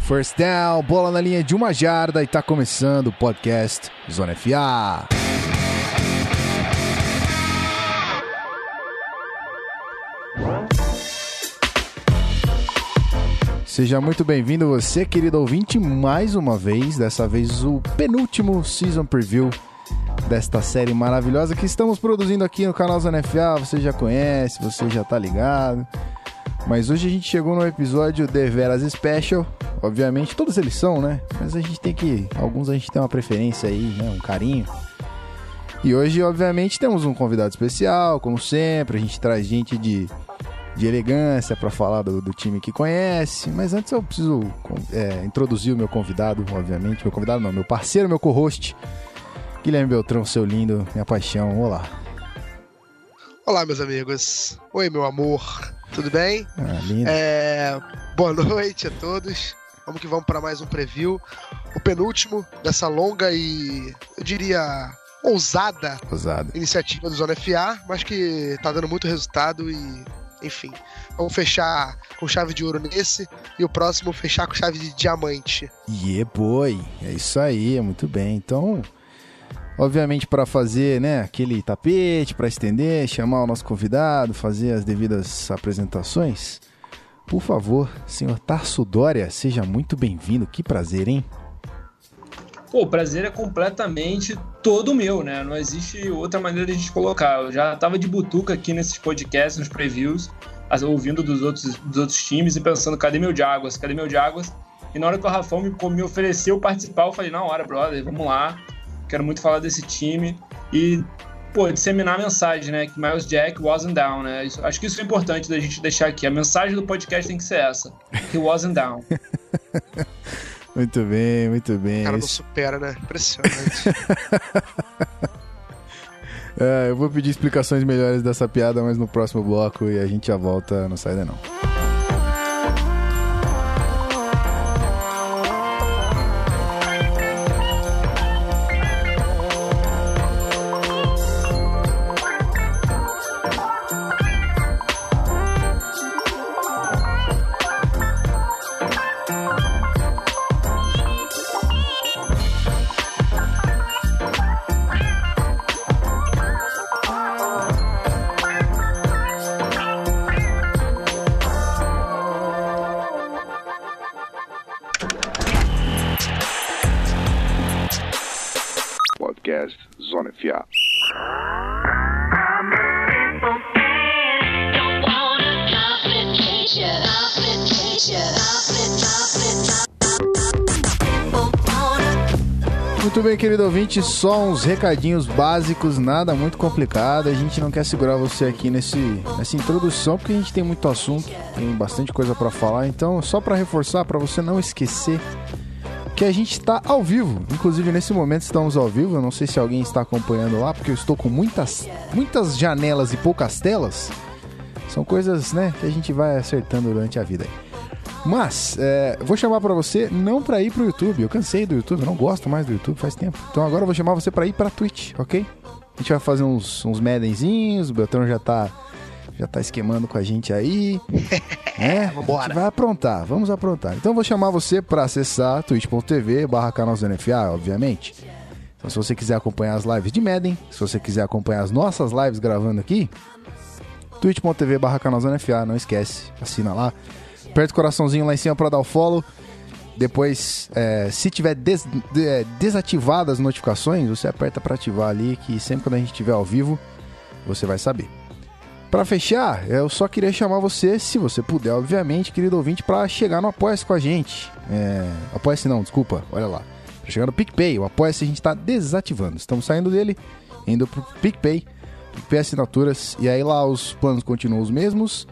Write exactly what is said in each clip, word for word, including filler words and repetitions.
First down, bola na linha de uma jarda e tá começando o podcast Zona F A. Seja muito bem-vindo você, querido ouvinte, mais uma vez, dessa vez o penúltimo Season Preview desta série maravilhosa que estamos produzindo aqui no canal Zona F A. Você já conhece, você já tá ligado. Mas hoje a gente chegou num episódio deveras special. Obviamente, todos eles são, né? Mas a gente tem que... Alguns a gente tem uma preferência aí, né? Um carinho. E hoje, obviamente, temos um convidado especial, como sempre. A gente traz gente de, de elegância pra falar do, do time que conhece. Mas antes eu preciso é, introduzir o meu convidado, obviamente. Meu convidado não, meu parceiro, meu co-host. Guilherme Beltrão, seu lindo, minha paixão. Olá. Olá, meus amigos. Oi, meu amor. Tudo bem? Ah, lindo. É... Boa noite a todos. Vamos que vamos para mais um preview. O penúltimo dessa longa e, eu diria, ousada, ousada iniciativa do Zona F A, mas que tá dando muito resultado e, enfim, vamos fechar com chave de ouro nesse e o próximo fechar com chave de diamante. Yeah, boy. É isso aí, muito bem. Então... Obviamente, para fazer, né, aquele tapete, para estender, chamar o nosso convidado, fazer as devidas apresentações, por favor, senhor Tarso Dória, seja muito bem-vindo. Que prazer, hein? Pô, o prazer é completamente todo meu, né? Não existe outra maneira de a gente colocar. Eu já tava de butuca aqui nesses podcasts, nos previews, ouvindo dos outros, dos outros times e pensando, cadê meu Jaguars? Cadê meu Jaguars? E na hora que o Rafão me, me ofereceu participar, eu falei, na hora, brother, vamos lá. Quero muito falar desse time e, pô, disseminar a mensagem, né? Que Myles Jack wasn't down, né? Isso, acho que isso é importante da gente deixar aqui. A mensagem do podcast tem que ser essa. He wasn't down. Muito bem, muito bem. O cara não supera, né? Impressionante. É, eu vou pedir explicações melhores dessa piada, mas no próximo bloco e a gente já volta. Não sai daí não. Zona F A. Muito bem, querido ouvinte, só uns recadinhos básicos, nada muito complicado. A gente não quer segurar você aqui nesse, nessa introdução, porque a gente tem muito assunto, tem bastante coisa para falar. Então, só para reforçar, para você não esquecer que a gente está ao vivo. Inclusive, nesse momento estamos ao vivo. Eu não sei se alguém está acompanhando lá, porque eu estou com muitas, muitas janelas e poucas telas. São coisas, né, que a gente vai acertando durante a vida aí. Mas, é, vou chamar pra você não pra ir pro YouTube. Eu cansei do YouTube, eu não gosto mais do YouTube faz tempo. Então agora eu vou chamar você pra ir pra Twitch, ok? A gente vai fazer uns, uns Maddenzinhos. O Beltrão já tá, já tá esquemando com a gente aí. É, vambora. A gente vai aprontar, vamos aprontar. Então eu vou chamar você pra acessar twitch ponto tv barra canal Zona F A, obviamente. Então se você quiser acompanhar as lives de Madden, se você quiser acompanhar as nossas lives gravando aqui, twitch ponto tv barra canal Zona F A, não esquece, assina lá. Aperta o coraçãozinho lá em cima para dar o follow. Depois, é, se tiver des, de, desativadas as notificações, você aperta para ativar ali, que sempre quando a gente estiver ao vivo, você vai saber. Para fechar, eu só queria chamar você, se você puder, obviamente, querido ouvinte, para chegar no Apoia-se com a gente. É, Apoia-se não, desculpa, olha lá. Para chegar no PicPay, o Apoia-se a gente está desativando. Estamos saindo dele, indo pro PicPay, PicPay Assinaturas, e aí lá os planos continuam os mesmos.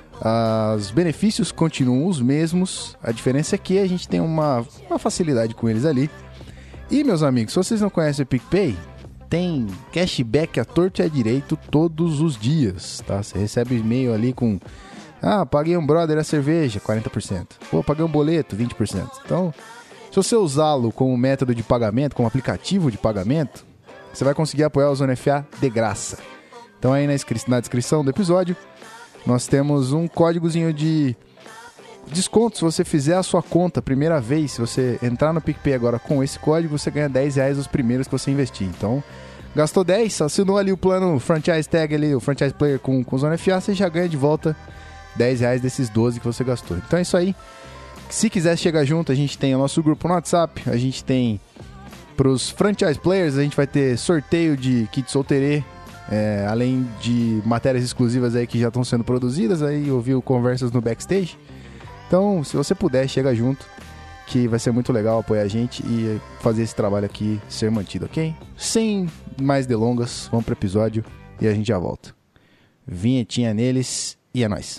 Os benefícios continuam os mesmos. A diferença é que a gente tem uma, uma facilidade com eles ali. E, meus amigos, se vocês não conhecem o PicPay, tem cashback à torto e à direito todos os dias, tá? Você recebe e-mail ali com: ah, paguei um brother a cerveja, quarenta por cento. Pô, paguei um boleto, vinte por cento. Então, se você usá-lo como método de pagamento, como aplicativo de pagamento, você vai conseguir apoiar o Zona F A de graça. Então aí na, inscri- na descrição do episódio nós temos um códigozinho de desconto se você fizer a sua conta primeira vez. Se você entrar no PicPay agora com esse código, você ganha dez reais os primeiros que você investir. Então, gastou dez, assinou ali o plano Franchise Tag, ali, o Franchise Player com, com Zona F A, você já ganha de volta dez reais desses doze que você gastou. Então é isso aí. Se quiser chegar junto, a gente tem o nosso grupo no WhatsApp, a gente tem pros Franchise Players, a gente vai ter sorteio de kit solteirê, é, além de matérias exclusivas aí que já estão sendo produzidas, aí ouviu conversas no backstage. Então, se você puder, chega junto, que vai ser muito legal apoiar a gente e fazer esse trabalho aqui ser mantido, ok? Sem mais delongas, vamos pro episódio e a gente já volta. Vinhetinha neles e é nóis.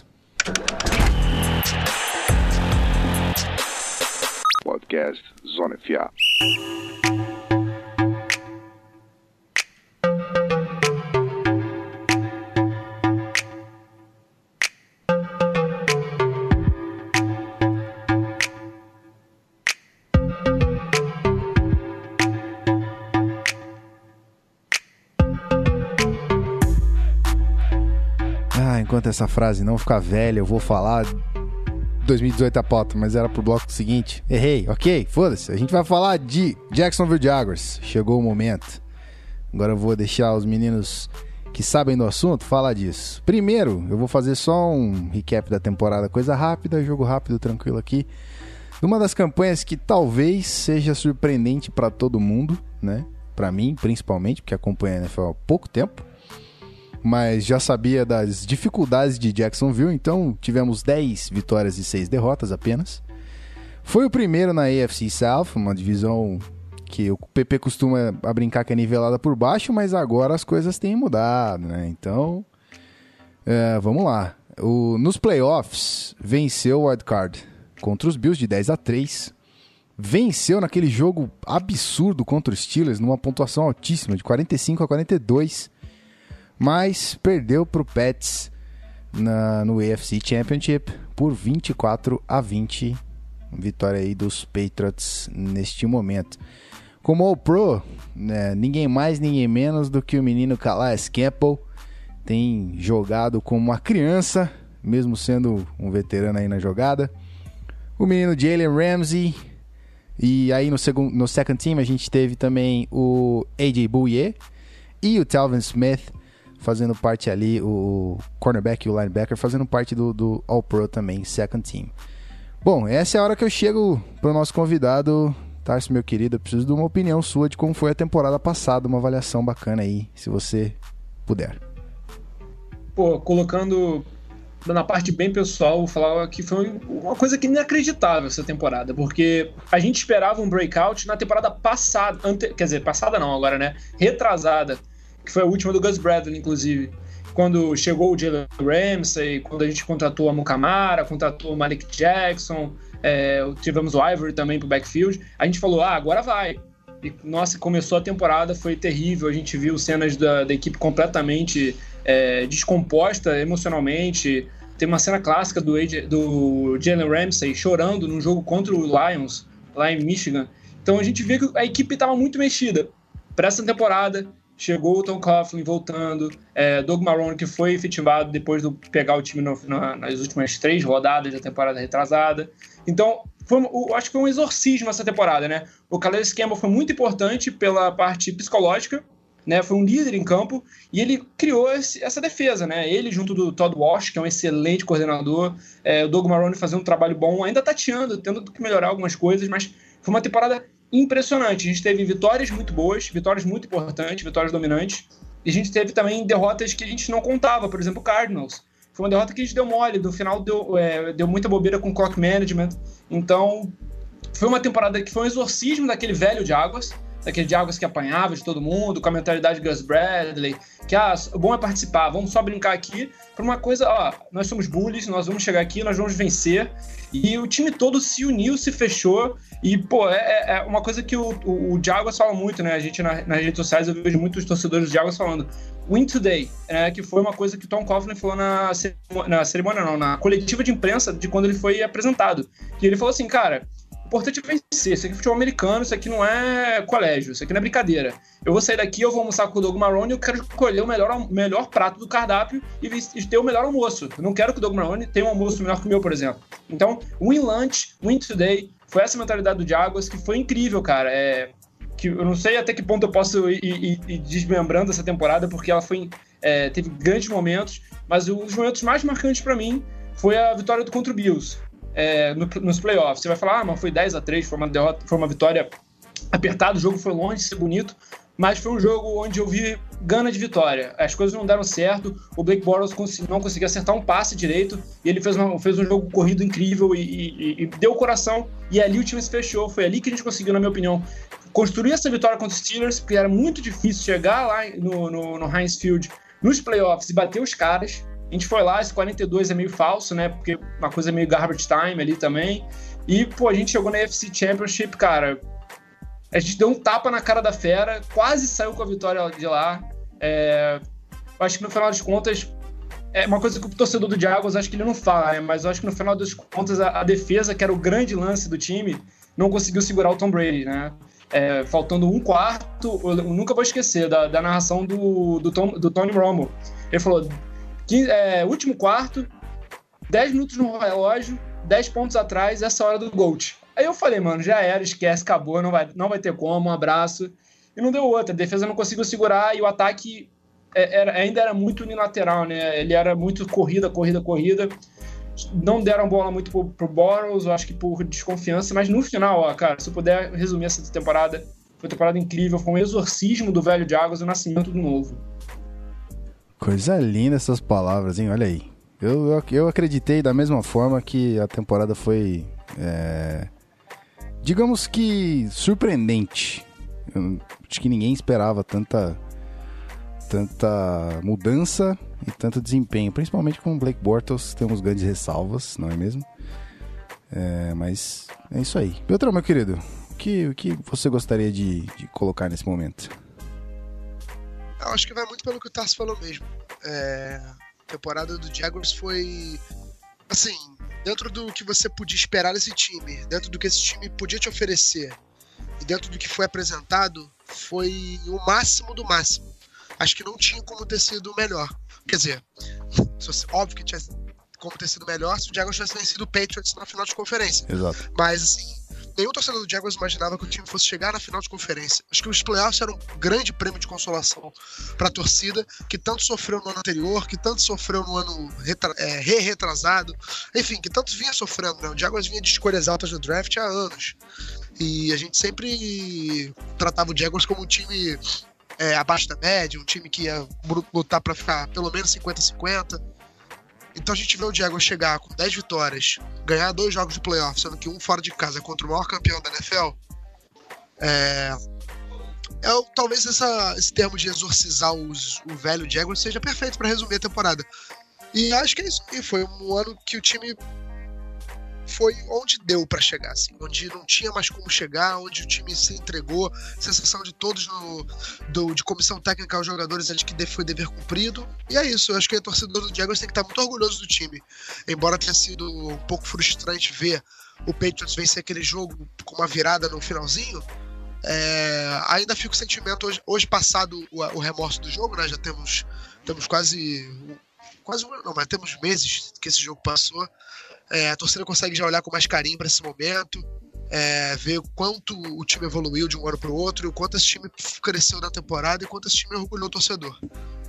Podcast Zona F A. Ah, enquanto essa frase não ficar velha, eu vou falar dois mil e dezoito a pauta, mas era pro bloco seguinte. Errei, ok, foda-se. A gente vai falar de Jacksonville Jaguars. Chegou o momento. Agora eu vou deixar os meninos que sabem do assunto falar disso. Primeiro, eu vou fazer só um recap da temporada, coisa rápida, jogo rápido, tranquilo aqui. Uma das campanhas que talvez seja surpreendente pra todo mundo, né? Pra mim, principalmente, porque acompanho a N F L há pouco tempo. Mas já sabia das dificuldades de Jacksonville, então tivemos dez vitórias e seis derrotas apenas. Foi o primeiro na A F C South, uma divisão que o P P costuma a brincar que é nivelada por baixo, mas agora as coisas têm mudado, né? Então, é, vamos lá. O, nos playoffs, venceu o wildcard contra os Bills de dez a três. Venceu naquele jogo absurdo contra os Steelers, numa pontuação altíssima, de quarenta e cinco a quarenta e dois. Mas perdeu para o Pats na, no A F C Championship por vinte e quatro a vinte. Vitória aí dos Patriots neste momento. Como All-Pro, né, ninguém mais, ninguém menos do que o menino Calais Campbell. Tem jogado como uma criança, mesmo sendo um veterano aí na jogada. O menino Jalen Ramsey. E aí no, segundo, no second team a gente teve também o A J Bouye e o Talvin Smith, fazendo parte ali, o cornerback e o linebacker, fazendo parte do, do All-Pro também, second team. Bom, essa é a hora que eu chego pro nosso convidado, Tarso, meu querido. Eu preciso de uma opinião sua de como foi a temporada passada, uma avaliação bacana aí, se você puder. Pô, colocando na parte bem pessoal, vou falar que foi uma coisa que inacreditável essa temporada, porque a gente esperava um breakout na temporada passada, ante... quer dizer, passada não agora, né? Retrasada, que foi a última do Gus Bradley, inclusive. Quando chegou o Jalen Ramsey, quando a gente contratou a Mukamara, contratou o Malik Jackson, é, tivemos o Ivory também pro backfield, a gente falou, ah, agora vai. E, nossa, começou a temporada, foi terrível, a gente viu cenas da, da equipe completamente é, descomposta emocionalmente. Tem uma cena clássica do, do Jalen Ramsey chorando num jogo contra o Lions, lá em Michigan. Então a gente vê que a equipe estava muito mexida. Para essa temporada, chegou o Tom Coughlin voltando, é, Doug Marrone, que foi efetivado depois de pegar o time no, na, nas últimas três rodadas da temporada retrasada. Então, foi, eu acho que foi um exorcismo essa temporada, né? O Calais Campbell foi muito importante pela parte psicológica, né? Foi um líder em campo e ele criou esse, essa defesa, né? Ele junto do Todd Walsh, que é um excelente coordenador, é, o Doug Marrone fazendo um trabalho bom, ainda tateando, tendo que melhorar algumas coisas, mas foi uma temporada impressionante. A gente teve vitórias muito boas, vitórias muito importantes, vitórias dominantes, e a gente teve também derrotas que a gente não contava, por exemplo, o Cardinals. Foi uma derrota que a gente deu mole, no final deu, é, deu muita bobeira com clock management. Então, foi uma temporada que foi um exorcismo daquele velho Jaguars, daquele Jaguars que apanhava de todo mundo, com a mentalidade de Gus Bradley, que ah, o bom é participar, vamos só brincar aqui, para uma coisa, ó, nós somos bullies, nós vamos chegar aqui, nós vamos vencer. E o time todo se uniu, se fechou. E, pô, é, é uma coisa que o, o, o Jaguars fala muito, né? A gente, na, nas redes sociais, eu vejo muitos torcedores do Jaguars falando win today, né? Que foi uma coisa que o Tom Coughlin falou na cerimônia, na cerimônia, não, na coletiva de imprensa de quando ele foi apresentado. E ele falou assim, cara, O importante é vencer. Isso aqui é futebol americano, isso aqui não é colégio, isso aqui não é brincadeira. Eu vou sair daqui, eu vou almoçar com o Doug Marrone e eu quero escolher o melhor, melhor prato do cardápio e, e ter o melhor almoço. Eu não quero que o Doug Marrone tenha um almoço melhor que o meu, por exemplo. Então, win lunch, win today, foi essa mentalidade do Jaguars que foi incrível, cara. É, que eu não sei até que ponto eu posso ir, ir, ir desmembrando essa temporada, porque ela foi, é, teve grandes momentos, mas um dos momentos mais marcantes pra mim foi a vitória do contra o Bills. É, no, nos playoffs. Você vai falar, ah, mas foi dez a três, foi uma derrota, foi uma vitória apertada, o jogo foi longe de ser bonito, mas foi um jogo onde eu vi gana de vitória. As coisas não deram certo, o Blake Bortles consegui, não conseguia acertar um passe direito, e ele fez, uma, fez um jogo corrido incrível e, e, e deu o coração, e ali o time se fechou. Foi ali que a gente conseguiu, na minha opinião, construir essa vitória contra os Steelers, porque era muito difícil chegar lá no, no, no Heinz Field nos playoffs e bater os caras. A gente foi lá, esse quarenta e dois é meio falso, né? Porque uma coisa meio garbage time ali também. E, pô, a gente chegou na A F C Championship, cara. A gente deu um tapa na cara da fera, quase saiu com a vitória de lá. É, eu acho que no final das contas, é uma coisa que o torcedor do Jaguars, acho que ele não fala, né? Mas eu acho que no final das contas, a, a defesa, que era o grande lance do time, não conseguiu segurar o Tom Brady, né? É, faltando um quarto, eu nunca vou esquecer da, da narração do, do, Tom, do Tony Romo. Ele falou... quinze, é, último quarto, dez minutos no relógio, dez pontos atrás, essa hora do GOAT. Aí eu falei, mano, já era, esquece, acabou, não vai, não vai ter como, um abraço. E não deu outra, a defesa não conseguiu segurar e o ataque era, ainda era muito unilateral, né? Ele era muito corrida, corrida, corrida. Não deram bola muito pro, pro Bortles, eu acho que por desconfiança, mas no final, ó, cara, se eu puder resumir essa temporada, foi uma temporada incrível, foi um exorcismo do velho Jaguars e o nascimento do novo. Coisa linda essas palavras, hein? Olha aí. Eu, eu, eu acreditei da mesma forma que a temporada foi, é, digamos que, surpreendente. Eu, acho que ninguém esperava tanta, tanta mudança e tanto desempenho. Principalmente com o Blake Bortles, temos grandes ressalvas, não é mesmo? É, mas é isso aí. Beltrão, meu querido, o que, o que você gostaria de, de colocar nesse momento? Eu acho que vai muito pelo que o Tarso falou mesmo. É, a temporada do Jaguars foi, assim, dentro do que você podia esperar desse time, dentro do que esse time podia te oferecer e dentro do que foi apresentado, foi o máximo do máximo. Acho que não tinha como ter sido melhor. Quer dizer, óbvio que tinha como ter sido melhor se o Jaguars tivesse vencido o Patriots na final de conferência. Exato. Mas, assim, nenhum torcedor do Jaguars imaginava que o time fosse chegar na final de conferência. Acho que os playoffs eram um grande prêmio de consolação para a torcida, que tanto sofreu no ano anterior, que tanto sofreu no ano retra- é, re-retrasado, enfim, que tanto vinha sofrendo, né? O Jaguars vinha de escolhas altas no draft há anos. E a gente sempre tratava o Jaguars como um time é, abaixo da média, um time que ia lutar para ficar pelo menos cinquenta a cinquenta. Então a gente vê o Jaguars chegar com dez vitórias, ganhar dois jogos de playoff, sendo que um fora de casa contra o maior campeão da N F L. É, é talvez essa, esse termo de exorcizar os, o velho Jaguars seja perfeito para resumir a temporada. E acho que é isso. E foi um ano que o time foi onde deu para chegar, assim, onde não tinha mais como chegar, onde o time se entregou, sensação de todos no, do, de comissão técnica aos jogadores de que foi dever cumprido, e é isso. Eu acho que o torcedor do Jaguars tem que estar muito orgulhoso do time, embora tenha sido um pouco frustrante ver o Patriots vencer aquele jogo com uma virada no finalzinho. É, ainda fica o sentimento hoje, hoje passado o, o remorso do jogo, né? Já temos, temos quase quase não, mas temos meses que esse jogo passou. É, a torcida consegue já olhar com mais carinho para esse momento, é, ver o quanto o time evoluiu de um ano para o outro, o quanto esse time cresceu na temporada e quanto esse time orgulhou o torcedor.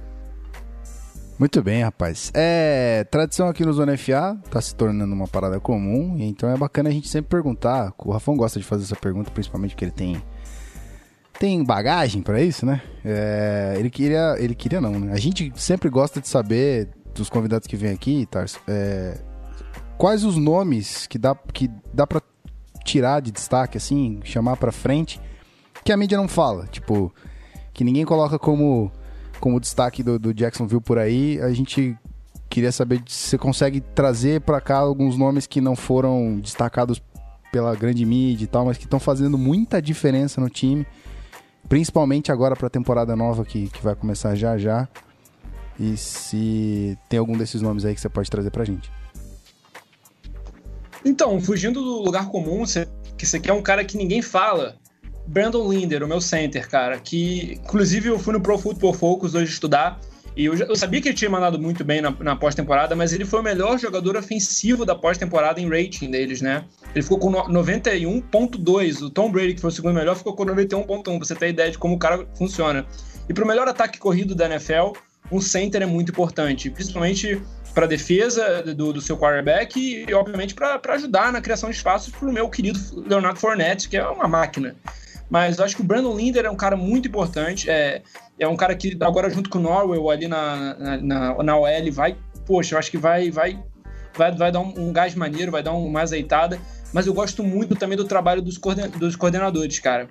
Muito bem, rapaz. É, tradição aqui no Zona F A tá se tornando uma parada comum, então é bacana a gente sempre perguntar. O Rafão gosta de fazer essa pergunta, principalmente porque ele tem tem bagagem para isso, né? É, ele queria, ele queria não, né? A gente sempre gosta de saber dos convidados que vêm aqui, Tarso, é, quais os nomes que dá, que dá pra tirar de destaque, assim, chamar pra frente, que a mídia não fala. Tipo, que ninguém coloca como, como destaque do, do Jacksonville por aí. A gente queria saber se você consegue trazer pra cá alguns nomes que não foram destacados pela grande mídia e tal, mas que estão fazendo muita diferença no time, principalmente agora pra temporada nova que, que vai começar já já. E se tem algum desses nomes aí que você pode trazer pra gente. Então, fugindo do lugar comum, você que esse aqui é um cara que ninguém fala. Brandon Linder, o meu center, cara, que inclusive eu fui no Pro Football Focus hoje estudar, e eu, já, eu sabia que ele tinha mandado muito bem na, na pós-temporada, mas ele foi o melhor jogador ofensivo da pós-temporada em rating deles, né? Ele ficou com noventa e um ponto dois, o Tom Brady, que foi o segundo melhor, ficou com noventa e um ponto um, pra você ter ideia de como o cara funciona. E pro melhor ataque corrido da N F L, um center é muito importante, principalmente para a defesa do, do seu quarterback e, obviamente, para ajudar na criação de espaços pro meu querido Leonard Fournette, que é uma máquina. Mas eu acho que o Brandon Linder é um cara muito importante, é, é um cara que agora junto com o Norwell ali na, na, na, na O L vai, poxa, eu acho que vai, vai, vai, vai dar um, um gás maneiro, vai dar uma azeitada, mas eu gosto muito também do trabalho dos, coorden, dos coordenadores, cara.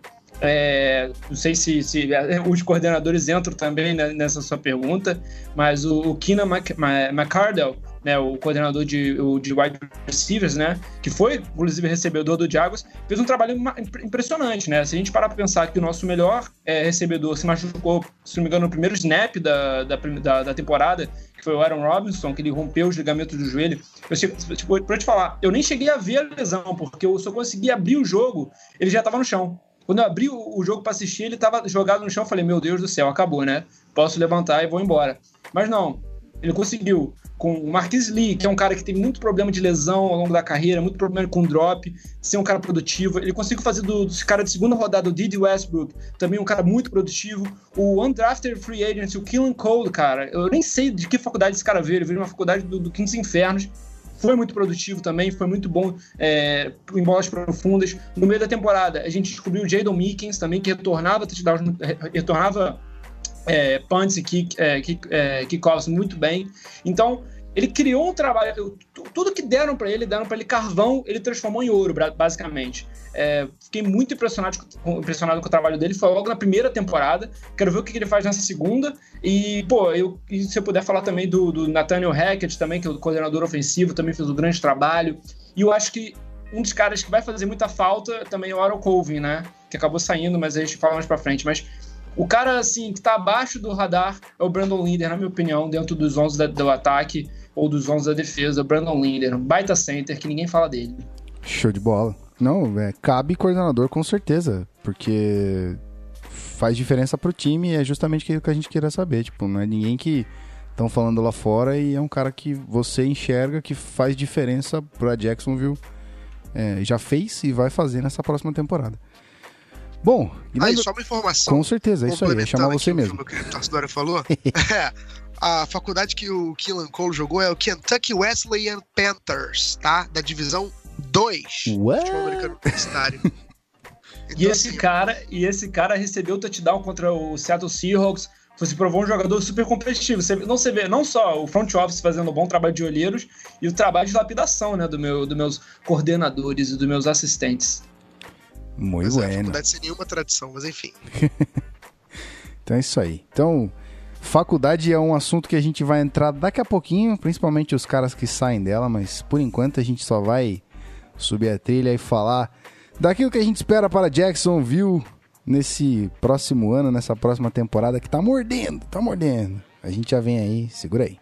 É, não sei se, se os coordenadores entram também nessa sua pergunta, mas o, o Keenan McCardell, né, o coordenador de, o, de wide receivers, né, que foi inclusive recebedor do Jaguars, fez um trabalho impressionante, né? Se a gente parar para pensar que o nosso melhor é, recebedor se machucou, se não me engano, no primeiro snap da, da, da, da temporada, que foi o Aaron Robinson, que ele rompeu os ligamentos do joelho. Eu, tipo, pra te falar, eu nem cheguei a ver a lesão, porque eu só consegui abrir o jogo, ele já estava no chão. Quando eu abri o jogo para assistir, ele estava jogado no chão. Eu falei, meu Deus do céu, acabou, né? Posso levantar e vou embora. Mas não, ele conseguiu. Com o Marquise Lee, que é um cara que tem muito problema de lesão ao longo da carreira, muito problema com drop, ser um cara produtivo. Ele conseguiu fazer do, dos caras de segunda rodada, o Dede Westbrook, também um cara muito produtivo. O undrafted free agent, o Keelan Cole, cara, eu nem sei de que faculdade esse cara veio. Ele veio de uma faculdade do, do Quintos Infernos. Foi muito produtivo também, foi muito bom é, em bolas profundas. No meio da temporada, a gente descobriu o Jadon Mickens também, que retornava touchdowns, retornava é, punts e kick, é, kick, é, kickoffs muito bem. Então, ele criou um trabalho... Tudo que deram para ele, deram para ele carvão, ele transformou em ouro, basicamente. É, fiquei muito impressionado, impressionado com o trabalho dele. Foi logo na primeira temporada. Quero ver o que ele faz nessa segunda. E, pô, eu, e se eu puder falar também do, do Nathaniel Hackett, também, que é o coordenador ofensivo, também fez um grande trabalho. E eu acho que um dos caras que vai fazer muita falta também é o Aaron Colvin, né? Que acabou saindo, mas a gente fala mais pra frente. Mas o cara, assim, que tá abaixo do radar é o Brandon Linder, na minha opinião, dentro dos onze da, do ataque ou dos onze da defesa. O Brandon Linder, um baita center que ninguém fala dele. Show de bola. Não, é, cabe coordenador com certeza, porque faz diferença pro time e é justamente o que a gente queria saber. Tipo, não é ninguém que estão falando lá fora e é um cara que você enxerga que faz diferença pra Jacksonville. É, já fez e vai fazer nessa próxima temporada. Bom, aí ah, só uma informação. Com certeza, é isso aí, é chamar você mesmo. O que o torcedor falou. é, a faculdade que o Keelan Cole jogou é o Kentucky Wesleyan Panthers, tá? Da divisão dois. What? Americano universitário. Então, e, esse assim, cara, e esse cara recebeu o touchdown contra o Seattle Seahawks. Se provou um jogador super competitivo. Você não, você vê não só o front office fazendo um bom trabalho de olheiros e o trabalho de lapidação, né, do meu, dos meus coordenadores e dos meus assistentes. Muito bueno. É, bueno. faculdade sem nenhuma tradição, mas enfim. Então é isso aí. Então, faculdade é um assunto que a gente vai entrar daqui a pouquinho, principalmente os caras que saem dela, mas por enquanto a gente só vai subir a trilha e falar daquilo que a gente espera para Jacksonville nesse próximo ano, nessa próxima temporada que tá mordendo, tá mordendo. A gente já vem aí, segura aí.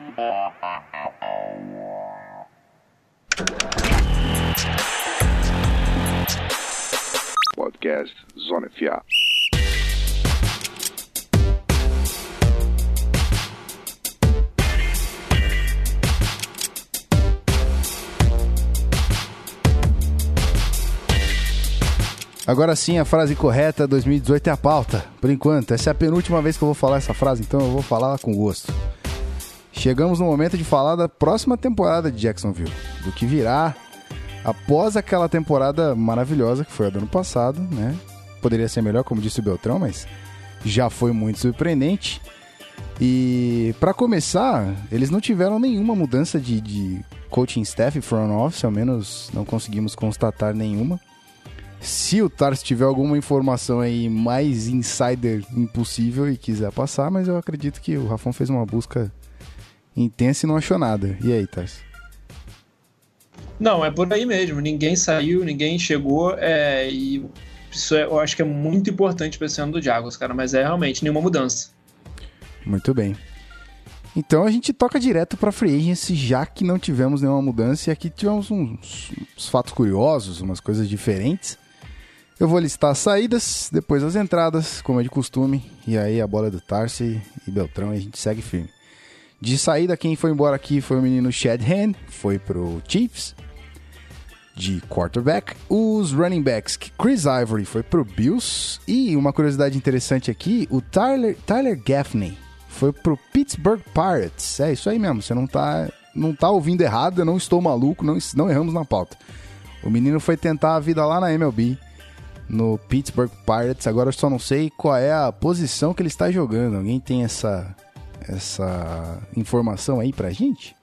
Podcast Zona F A. Agora sim, a frase correta, dois mil e dezoito é a pauta, por enquanto. Essa é a penúltima vez que eu vou falar essa frase, então eu vou falar com gosto. Chegamos no momento de falar da próxima temporada de Jacksonville, do que virá após aquela temporada maravilhosa que foi a do ano passado, né? Poderia ser melhor, como disse o Beltrão, mas já foi muito surpreendente. E para começar, eles não tiveram nenhuma mudança de, de coaching staff e front office, ao menos não conseguimos constatar nenhuma. Se o Tarso tiver alguma informação aí mais insider impossível e quiser passar, mas eu acredito que o Rafão fez uma busca intensa e não achou nada. E aí, Tarso? Não, é por aí mesmo. Ninguém saiu, ninguém chegou, é, e isso é, eu acho que é muito importante para esse ano do Jaguars, cara, mas é realmente nenhuma mudança. Muito bem. Então a gente toca direto para Free Agency, já que não tivemos nenhuma mudança. E aqui tivemos uns, uns fatos curiosos, umas coisas diferentes. Eu vou listar as saídas, depois as entradas, como é de costume. E aí a bola é do Tarsi e Beltrão e a gente segue firme. De saída, quem foi embora aqui foi o menino Chad Hand, foi pro Chiefs. De quarterback, os running backs, Chris Ivory foi pro Bills. E uma curiosidade interessante aqui, o Tyler, Tyler Gaffney foi pro Pittsburgh Pirates. É isso aí mesmo, você não tá, não tá ouvindo errado, eu não estou maluco, não, não erramos na pauta. O menino foi tentar a vida lá na M L B, no Pittsburgh Pirates. Agora eu só não sei qual é a posição que ele está jogando. Alguém tem essa, essa informação aí pra gente?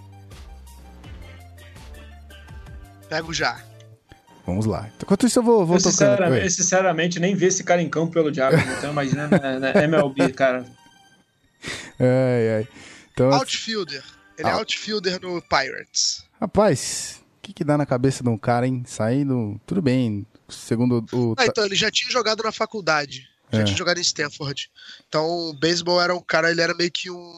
Pego já. Vamos lá. Enquanto isso eu vou, vou eu tocando. Sinceramente, eu sinceramente nem vi esse cara em campo pelo Jaguars. Então imagina na, na M L B, cara. Ai, ai. Então, Outfielder. Ele ah. é outfielder no Pirates. Rapaz, o que que dá na cabeça de um cara, hein? Saindo... Tudo bem, segundo o... Ah, então, ele já tinha jogado na faculdade. Já é. tinha jogado em Stanford. Então, o beisebol era um cara... Ele era meio que um...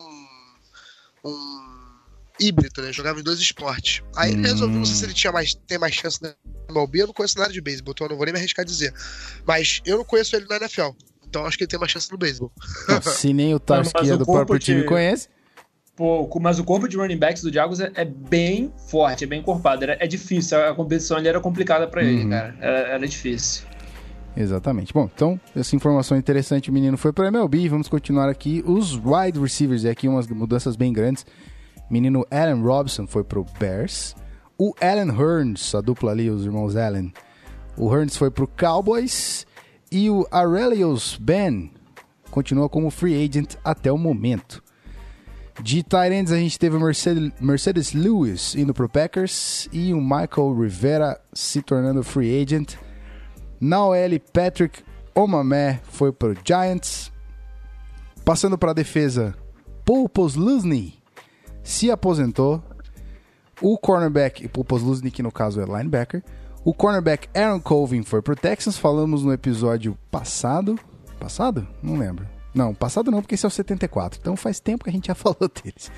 Um... híbrido, né? Jogava em dois esportes. Aí ele resolveu, não sei se ele tinha mais, tem mais chance na M L B, eu não conheço nada de beisebol, então eu não vou nem me arriscar a dizer. Mas eu não conheço ele na N F L, então acho que ele tem mais chance no beisebol. Se nem o Tarski é do próprio de... time conhece. Pô, mas o corpo de running backs do Jaguars é, é bem forte, é bem encorpado. Era, é difícil, a competição ali era complicada pra uhum. ele, cara. Era, era difícil. Exatamente. Bom, então, essa informação interessante, o menino foi pra M L B. Vamos continuar aqui. Os wide receivers, e aqui umas mudanças bem grandes. Menino Allen Robinson foi pro Bears. O Allen Hurns, a dupla ali, os irmãos Allen. O Hurns foi pro Cowboys. E o Aurelius Ben continua como free agent até o momento. De tight ends, a gente teve o Mercedes, Mercedes Lewis indo pro Packers. E o Michael Rivera se tornando free agent. Na O L, Patrick Omameh foi pro Giants. Passando pra defesa, Paul Posluszny se aposentou. O cornerback, o Posluszny, que no caso é linebacker. O cornerback Aaron Colvin foi pro Texans. Falamos no episódio passado. Passado? Não lembro. Não, passado não, porque esse é o setenta e quatro. Então faz tempo que a gente já falou deles.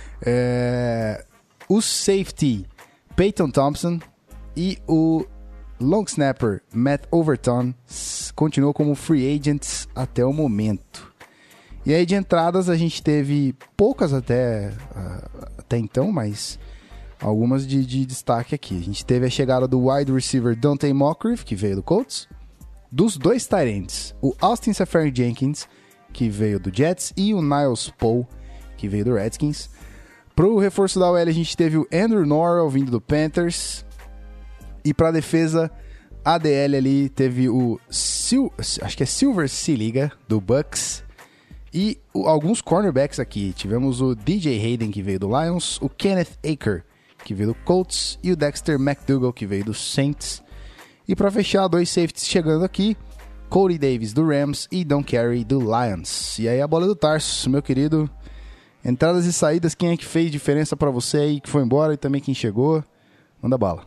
É... O safety Peyton Thompson e o long snapper Matt Overton continuou como free agents até o momento. E aí de entradas a gente teve poucas até, uh, até então, mas algumas de, de destaque aqui. A gente teve a chegada do wide receiver Dante Moncrief, que veio do Colts. Dos dois tight ends, o Austin Seferian-Jenkins, que veio do Jets, e o Niles Poe, que veio do Redskins. Pro reforço da O L a gente teve o Andrew Norwell vindo do Panthers. E pra defesa, a D L ali teve o Sil- acho que é Silver Siliga, do Bucks. E o, alguns cornerbacks aqui. Tivemos o D J Hayden, que veio do Lions, o Kenneth Aker, que veio do Colts, e o Dexter McDougall, que veio do Saints. E para fechar, dois safeties chegando aqui, Cody Davis do Rams e Don Carey do Lions. E aí a bola do Tarso, meu querido. Entradas e saídas, quem é que fez diferença para você aí, que foi embora, e também quem chegou? Manda bala.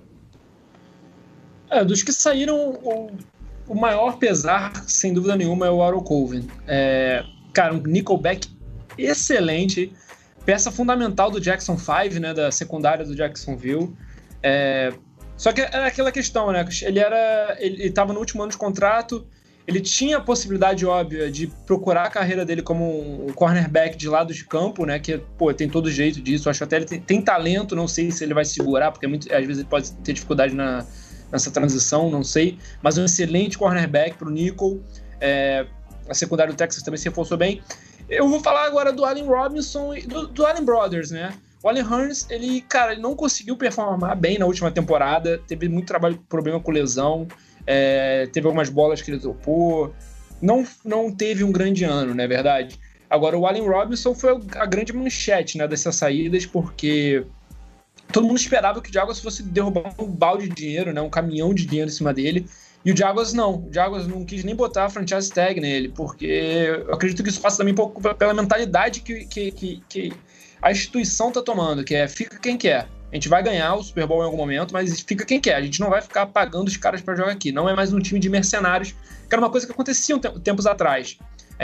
É, dos que saíram, o, o maior pesar, sem dúvida nenhuma, é o Aaron Colvin. É, cara, um nickelback excelente, peça fundamental do Jackson cinco, né, da secundária do Jacksonville. É, só que era aquela questão, né? Ele era, ele estava no último ano de contrato, ele tinha a possibilidade óbvia de procurar a carreira dele como um cornerback de lado de campo, né? Que, pô, tem todo jeito disso. Acho até ele tem, tem talento, não sei se ele vai segurar, porque muito, às vezes ele pode ter dificuldade na, nessa transição, não sei. Mas um excelente cornerback pro nickel. É, a secundária do Texas também se reforçou bem. Eu vou falar agora do Allen Robinson e do, do Allen Brothers, né? O Allen Hurns, ele, cara, ele não conseguiu performar bem na última temporada, teve muito trabalho, problema com lesão, é, teve algumas bolas que ele topou, não, não teve um grande ano, não é verdade? Agora, o Allen Robinson foi a grande manchete, né, dessas saídas, porque todo mundo esperava que o Jaguars fosse derrubar um balde de dinheiro, né, um caminhão de dinheiro em cima dele, e o Jaguars não, o Jaguars não quis nem botar a franchise tag nele, porque eu acredito que isso passa também um pouco pela mentalidade que, que, que, que a instituição tá tomando, que é fica quem quer. A gente vai ganhar o Super Bowl em algum momento, mas fica quem quer. A gente não vai ficar pagando os caras para jogar aqui. Não é mais um time de mercenários, que era uma coisa que acontecia um te- tempos atrás. A gente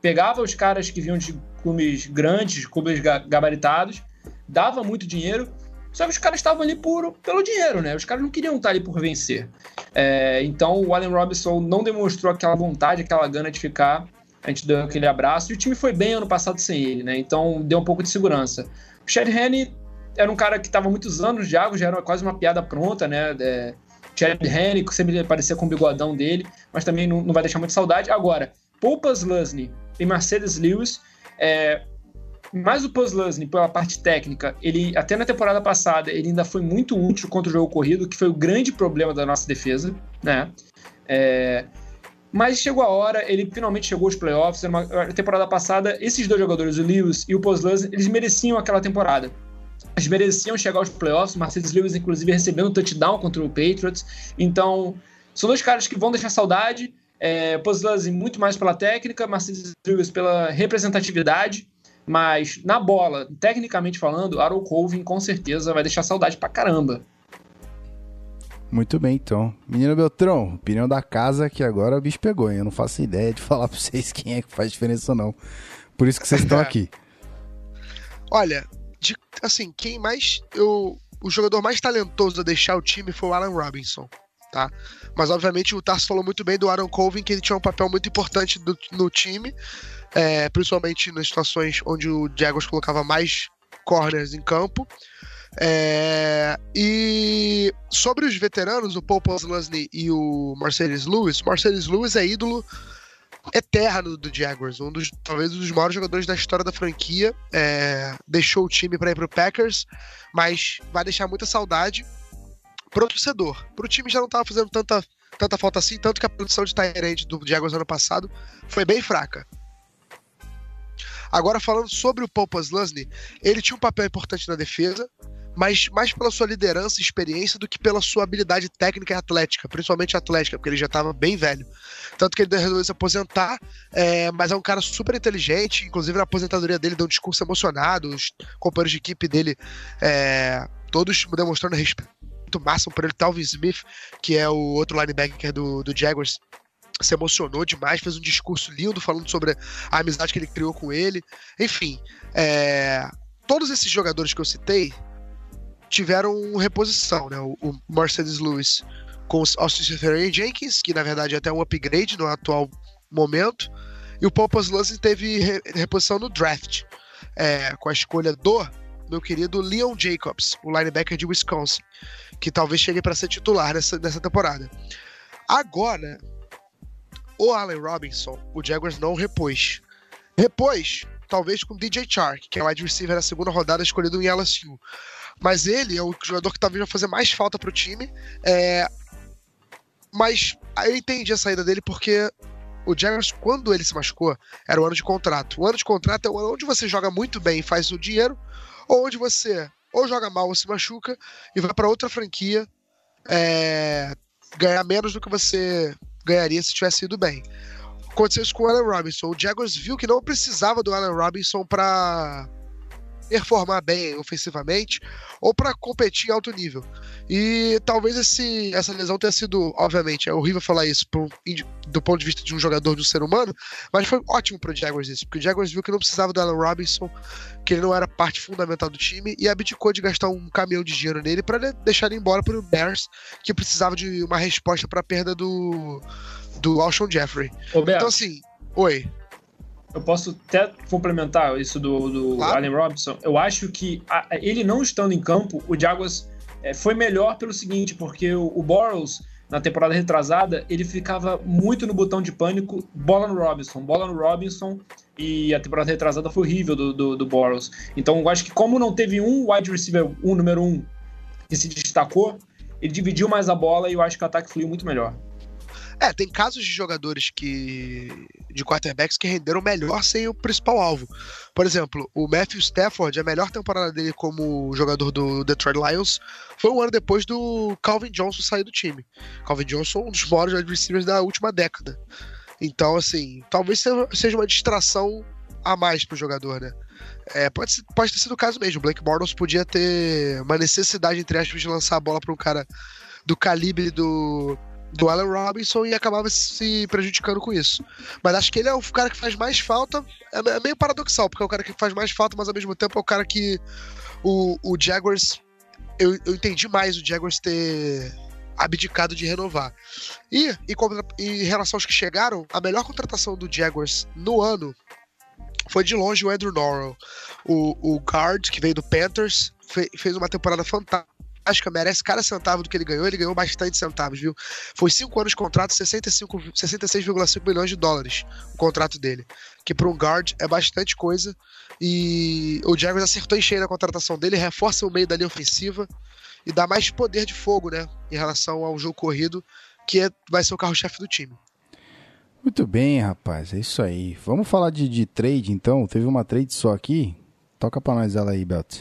pegava os caras que vinham de clubes grandes, clubes gabaritados, dava muito dinheiro, só que os caras estavam ali por, pelo dinheiro, né? Os caras não queriam estar ali por vencer. É, então o Allen Robinson não demonstrou aquela vontade, aquela gana de ficar. A gente deu aquele abraço e o time foi bem ano passado sem ele, né? Então deu um pouco de segurança. O Chad Henne era um cara que estava há muitos anos de água, já era quase uma piada pronta, né? É, Chad Henne sempre aparecia com o bigodão dele, mas também não, não vai deixar muita saudade. Agora, Paul Posluszny e Marcellus Lewis, é, mais o Posluszny pela parte técnica, ele até na temporada passada ele ainda foi muito útil contra o jogo corrido, que foi o grande problema da nossa defesa, né? É, mas chegou a hora, ele finalmente chegou aos playoffs. Na temporada passada, esses dois jogadores, o Lewis e o Posluszny, eles mereciam aquela temporada. Eles mereciam chegar aos playoffs. O Marcellus Lewis, inclusive, recebendo um touchdown contra o Patriots. Então, são dois caras que vão deixar saudade. É, Posluszny muito mais pela técnica, Marcellus Lewis pela representatividade. Mas, na bola, tecnicamente falando, Aaron Colvin com certeza vai deixar saudade pra caramba. Muito bem, então. Menino Beltrão, opinião da casa, que agora o bicho pegou, hein? Eu não faço ideia de falar pra vocês quem é que faz diferença ou não. Por isso que vocês estão aqui. Olha, de, assim, quem mais... Eu, o jogador mais talentoso a deixar o time foi o Allen Robinson, tá? Mas, obviamente, o Tarso falou muito bem do Aaron Colvin, que ele tinha um papel muito importante do, no time, é, principalmente nas situações onde o Jaguars colocava mais corners em campo. É, e sobre os veteranos, o Paul Posluszny e o Marcellus Lewis, Marcellus Lewis é ídolo eterno do Jaguars, um dos, talvez um dos maiores jogadores da história da franquia. É, deixou o time para ir pro Packers, mas vai deixar muita saudade pro torcedor. Pro time já não tava fazendo tanta, tanta falta assim, tanto que a produção de tight end do Jaguars ano passado foi bem fraca. Agora, falando sobre o Paul Posluszny, ele tinha um papel importante na defesa, mas mais pela sua liderança e experiência do que pela sua habilidade técnica e atlética, principalmente atlética, porque ele já estava bem velho. Tanto que ele resolveu se aposentar, é, mas é um cara super inteligente, inclusive na aposentadoria dele deu um discurso emocionado, os companheiros de equipe dele, é, todos demonstrando respeito máximo por ele. Talvin Smith, que é o outro linebacker do, do Jaguars, se emocionou demais, fez um discurso lindo falando sobre a amizade que ele criou com ele. Enfim, é, todos esses jogadores que eu citei tiveram reposição, né? O, o Marcellus Lewis com o Austin Seferian-Jenkins, que na verdade é até um upgrade no atual momento, e o Paul Posluszny teve re, reposição no draft, é, com a escolha do meu querido Leon Jacobs, o linebacker de Wisconsin, que talvez chegue para ser titular nessa, nessa temporada. Agora, o Allen Robinson, o Jaguars não repôs. Repôs, talvez com D J Chark, que é o wide receiver da segunda rodada escolhido em L S U. Mas ele é o jogador que talvez vai fazer mais falta pro time. É... Mas eu entendi a saída dele porque o Jaguars, quando ele se machucou, era o ano de contrato. O ano de contrato é o ano onde você joga muito bem e faz o dinheiro, ou onde você ou joga mal ou se machuca e vai para outra franquia é... ganhar menos do que você ganharia se tivesse ido bem. Aconteceu isso com o Allen Robinson. O Jaguars viu que não precisava do Allen Robinson para performar bem ofensivamente ou para competir em alto nível. E talvez esse, essa lesão tenha sido, obviamente, é horrível falar isso pro, do ponto de vista de um jogador, de um ser humano, mas foi ótimo pro Jaguars isso, porque o Jaguars viu que não precisava do Allen Robinson, que ele não era parte fundamental do time, e abdicou de gastar um caminhão de dinheiro nele para deixar ele embora pro Bears, que precisava de uma resposta para a perda do do Alshon Jeffrey. Ô, Beto, então assim, oi. Eu posso até complementar isso do, do claro. Allen Robinson. Eu acho que a, ele não estando em campo, o Jaguars é, foi melhor pelo seguinte, porque o, o Bortles, na temporada retrasada, ele ficava muito no botão de pânico, bola no Robinson, bola no Robinson, e a temporada retrasada foi horrível do, do, do Bortles. Então eu acho que como não teve um wide receiver, um número um, que se destacou, ele dividiu mais a bola e eu acho que o ataque fluiu muito melhor. É, tem casos de jogadores que de quarterbacks que renderam melhor sem o principal alvo. Por exemplo, o Matthew Stafford, a melhor temporada dele como jogador do Detroit Lions foi um ano depois do Calvin Johnson sair do time. Calvin Johnson, um dos maiores wide receivers da última década. Então, assim, talvez seja uma distração a mais pro jogador, né? É, pode, pode ter sido o caso mesmo. O Blake Bortles podia ter uma necessidade, entre aspas, de lançar a bola para um cara do calibre do do Allen Robinson e acabava se prejudicando com isso. Mas acho que ele é o cara que faz mais falta. É meio paradoxal, porque é o cara que faz mais falta, mas ao mesmo tempo é o cara que o, o Jaguars... Eu, eu entendi mais o Jaguars ter abdicado de renovar. E, e, e em relação aos que chegaram, a melhor contratação do Jaguars no ano foi de longe o Andrew Norwell. O, o guard, que veio do Panthers, fe, fez uma temporada fantástica, merece cada centavo do que ele ganhou, ele ganhou bastante centavos, viu? Foi cinco anos de contrato, sessenta e seis vírgula cinco milhões de dólares o contrato dele, que para um guard é bastante coisa, e o Jaguars acertou em cheio na contratação dele, reforça o meio da linha ofensiva e dá mais poder de fogo, né, em relação ao jogo corrido, que é, vai ser o carro-chefe do time. Muito bem, rapaz, é isso aí. Vamos falar de, de trade, então. Teve uma trade só aqui. Toca pra nós ela aí, Belt.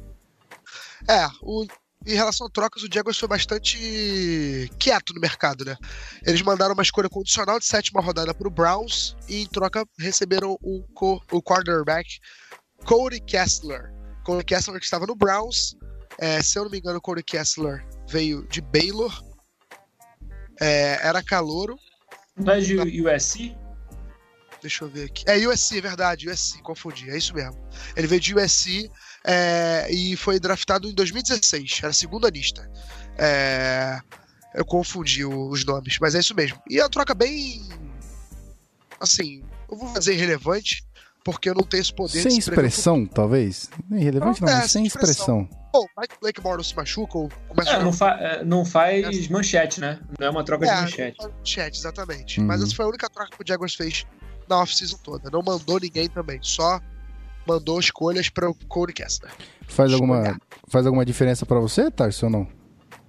É, o, em relação a trocas, o Jaguars foi bastante quieto no mercado, né? Eles mandaram uma escolha condicional de sétima rodada pro Browns e em troca receberam o, co, o quarterback Cody Kessler. Cody Kessler que estava no Browns. É, se eu não me engano, o Cody Kessler veio de Baylor. É, era calouro. Não é de U S C? Deixa eu ver aqui. É U S C, verdade, U S C, confundi, é isso mesmo. Ele veio de U S C é, e foi draftado em dois mil e dezesseis, era segunda lista. É, eu confundi os nomes, mas é isso mesmo. E a troca bem, assim, eu vou fazer irrelevante, porque eu não tenho esse poder sem de expressão, talvez? Irrelevante não, não é, mas sem expressão. expressão. Bom, Mike Blake Morton se machuca ou começa é, a... não, fa não faz manchete, né? Não é uma troca é, de manchete. Não faz manchete, exatamente. Uhum. Mas essa foi a única troca que o Jaguars fez na off-season toda. Não mandou ninguém também, só mandou escolhas para o Cody Kessler. Faz alguma, faz alguma diferença para você, Tarso, ou não?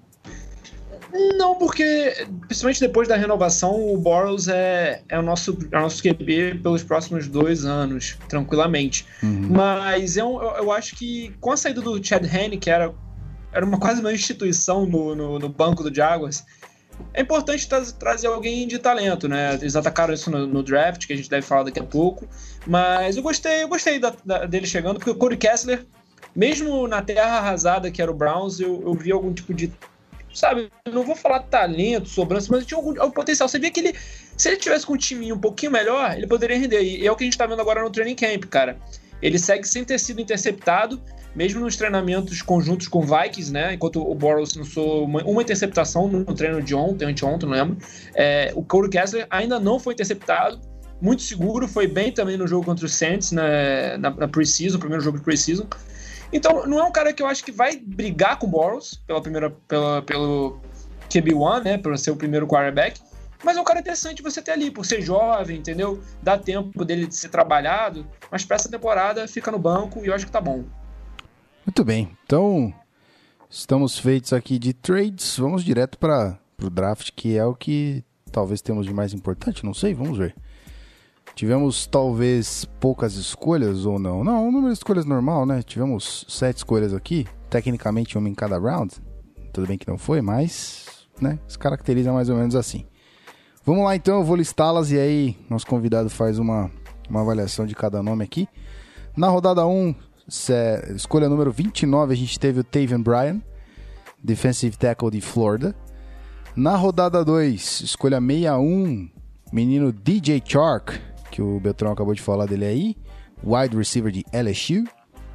Não, porque, principalmente depois da renovação, o Bortles é, é, o nosso, é o nosso Q B pelos próximos dois anos, tranquilamente. Uhum. Mas eu, eu acho que com a saída do Chad Henne, que era, era uma, quase uma instituição no, no, no banco do Jaguars, é importante tra trazer alguém de talento, né? Eles atacaram isso no, no draft, que a gente deve falar daqui a pouco. Mas eu gostei, eu gostei da, da, dele chegando, porque o Cody Kessler, mesmo na terra arrasada que era o Browns, eu, eu vi algum tipo de... Sabe, eu não vou falar talento, sobrança, mas tinha algum, algum potencial. Você via que ele, se ele tivesse com um time um pouquinho melhor, ele poderia render. E é o que a gente tá vendo agora no training camp, cara. Ele segue sem ter sido interceptado, mesmo nos treinamentos conjuntos com Vikings, né? Enquanto o Bortles lançou uma, uma interceptação no treino de ontem, anteontem, não lembro. É, o Cody Kessler ainda não foi interceptado, muito seguro, foi bem também no jogo contra o Saints, né, na, na pre-season, primeiro jogo de pre-season. Então, não é um cara que eu acho que vai brigar com o Bortles pela primeira, pela, pelo Q B um, né, para ser o primeiro quarterback, mas é um cara interessante você ter ali, por ser jovem, entendeu? Dá tempo dele de ser trabalhado, mas para essa temporada fica no banco e eu acho que tá bom. Muito bem, então estamos feitos aqui de trades, vamos direto para o draft, que é o que talvez temos de mais importante, não sei, vamos ver. Tivemos talvez poucas escolhas ou não. Não, o número de escolhas normal, né? Tivemos sete escolhas aqui, tecnicamente uma em cada round. Tudo bem que não foi, mas, né, se caracteriza mais ou menos assim. Vamos lá então, eu vou listá-las e aí nosso convidado faz uma, uma avaliação de cada nome aqui. Na rodada um, escolha número vinte e nove, a gente teve o Taven Bryan, defensive tackle de Florida. Na rodada dois, escolha sessenta e um, menino D J Chark, que o Beltrão acabou de falar dele aí, wide receiver de L S U.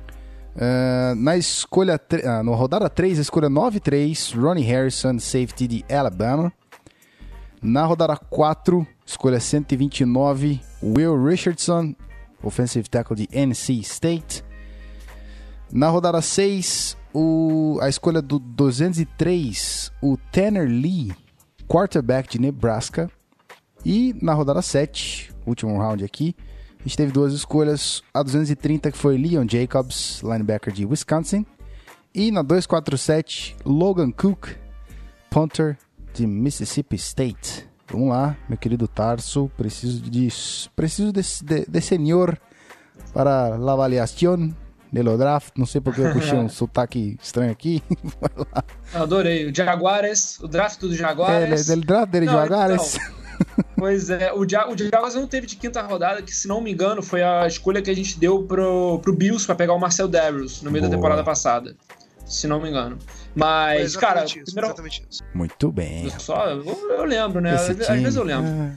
Uh, na escolha, uh, na rodada três, a escolha noventa e três, Ronnie Harrison, safety de Alabama. Na rodada quatro, escolha cento e vinte e nove, Will Richardson, offensive tackle de N C State. Na rodada seis, o, a escolha do duzentos e três, o Tanner Lee, quarterback de Nebraska. E na rodada sete, último round aqui, a gente teve duas escolhas. A duzentos e trinta, que foi Leon Jacobs, linebacker de Wisconsin. E na duzentos e quarenta e sete, Logan Cook, punter de Mississippi State. Vamos lá, meu querido Tarso. Preciso de preciso desse, de, de senhor para a avaliação do draft. Não sei porque eu puxei um sotaque estranho aqui. Vai lá. Adorei. O Jaguares, o draft do Jaguares. É, o draft dele de Jaguares. Então, pois é, o, ja o Jaguars não teve de quinta rodada, que se não me engano foi a escolha que a gente deu pro, pro Bills para pegar o Marcel Darius no meio Boa. da temporada passada, se não me engano. Mas, cara, isso, primeira... exatamente isso. Muito bem. Só, eu, eu lembro, né? Esse Às, time, às vezes eu lembro. ah.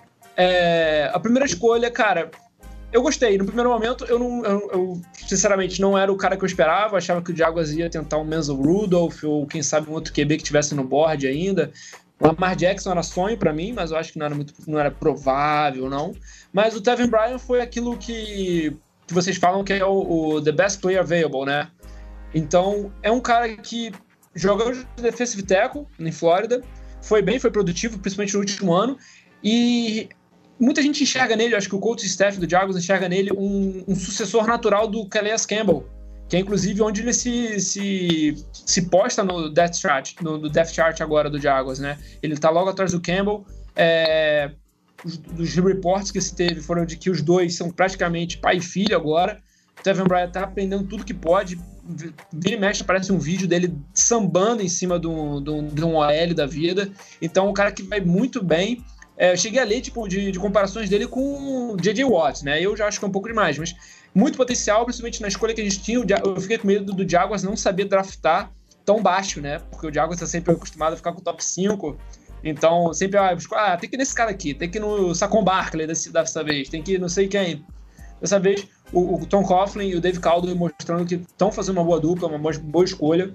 É, a primeira escolha, cara, eu gostei. No primeiro momento, eu, não, eu, eu sinceramente não era o cara que eu esperava. Eu achava que o Jaguars ia tentar um Menzel Rudolph ou quem sabe um outro Q B que tivesse no board ainda. O Lamar Jackson era sonho pra mim, mas eu acho que não era muito, não era provável, não. Mas o Taven Bryan foi aquilo que, que vocês falam que é o, o the best player available, né? Então, é um cara que jogou de defensive tackle em Flórida, foi bem, foi produtivo, principalmente no último ano, e muita gente enxerga nele, acho que o coach staff do Jaguars enxerga nele um, um sucessor natural do Calais Campbell, que é inclusive onde ele se, se, se posta no depth chart, no, no depth chart agora do Jaguars, né? Ele tá logo atrás do Campbell. É, os, os reports que se teve foram de que os dois são praticamente pai e filho agora. O Taven Bryan tá aprendendo tudo que pode. Vira e mexe, aparece um vídeo dele sambando em cima de um, de um, de um O L da vida. Então, um cara que vai muito bem. É, eu cheguei a ler tipo, de, de comparações dele com o J J Watt, né? Eu já acho que é um pouco demais, mas muito potencial, principalmente na escolha que a gente tinha. Eu fiquei com medo do Jaguars não saber draftar tão baixo, né? Porque o Jaguars tá sempre acostumado a ficar com o top cinco. Então, sempre, ah, ah tem que ir nesse cara aqui, tem que ir no Saquon Barkley desse, dessa vez, tem que ir não sei quem. Dessa vez, o, o Tom Coughlin e o Dave Caldwell mostrando que estão fazendo uma boa dupla, uma boa, boa escolha.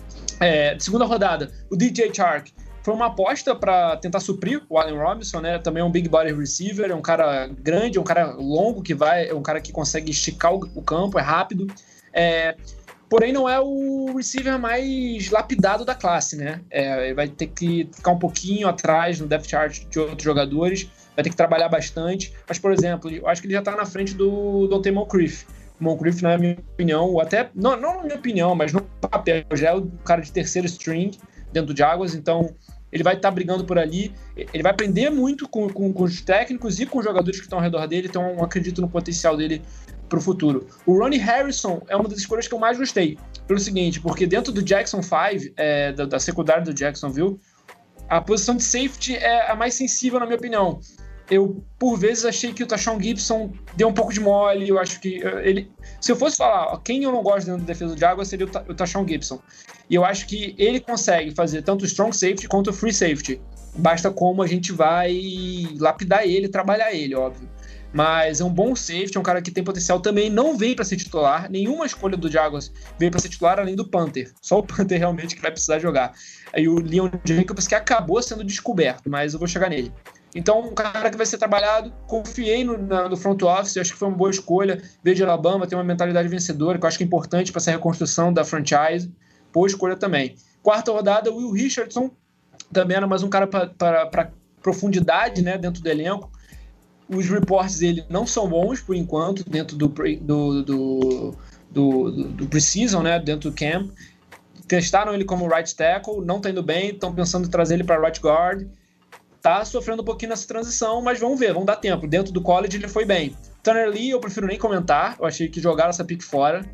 É, segunda rodada, o D J Chark foi uma aposta para tentar suprir o Allen Robinson, né? Também é um big body receiver, é um cara grande, é um cara longo que vai, é um cara que consegue esticar o, o campo, é rápido. É, porém, não é o receiver mais lapidado da classe, né? É, ele vai ter que ficar um pouquinho atrás no depth chart de outros jogadores, vai ter que trabalhar bastante. Mas, por exemplo, eu acho que ele já está na frente do Dante Moncrief. Moncrief, na minha opinião, ou até, não, não na minha opinião, mas no papel, já é o cara de terceiro string dentro do Jaguars, então ele vai estar tá brigando por ali, ele vai aprender muito com, com, com os técnicos e com os jogadores que estão ao redor dele, então eu acredito no potencial dele para o futuro. O Ronnie Harrison é uma das escolhas que eu mais gostei, pelo seguinte, porque dentro do Jackson cinco, é, da, da secundária do Jacksonville, a posição de safety é a mais sensível, na minha opinião. Eu, por vezes, achei que o Tashawn Gibson deu um pouco de mole. Eu acho que ele... Se eu fosse falar ó, quem eu não gosto dentro da defesa do Jaguars, seria o, Ta- o Tashawn Gibson. E eu acho que ele consegue fazer tanto o strong safety quanto o free safety. Basta como a gente vai lapidar ele, trabalhar ele, óbvio. Mas é um bom safety, é um cara que tem potencial também. Não veio para ser titular. Nenhuma escolha do Jaguars veio para ser titular, além do Panther. Só o Panther realmente que vai precisar jogar. Aí o Leon Jacobs, que acabou sendo descoberto, mas eu vou chegar nele. Então, um cara que vai ser trabalhado, confiei no, na, no front office, acho que foi uma boa escolha. Veio de Alabama, tem uma mentalidade vencedora, que eu acho que é importante para essa reconstrução da franchise. Boa escolha também. Quarta rodada, Will Richardson, também era mais um cara para profundidade, né, dentro do elenco. Os reports dele não são bons, por enquanto, dentro do, do, do, do, do, do preseason, né, dentro do camp. Testaram ele como right tackle, não tá indo bem, estão pensando em trazer ele para right guard. Tá sofrendo um pouquinho nessa transição, mas vamos ver, vamos dar tempo. Dentro do college ele foi bem. Tanner Lee, eu prefiro nem comentar, eu achei que jogaram essa pick fora.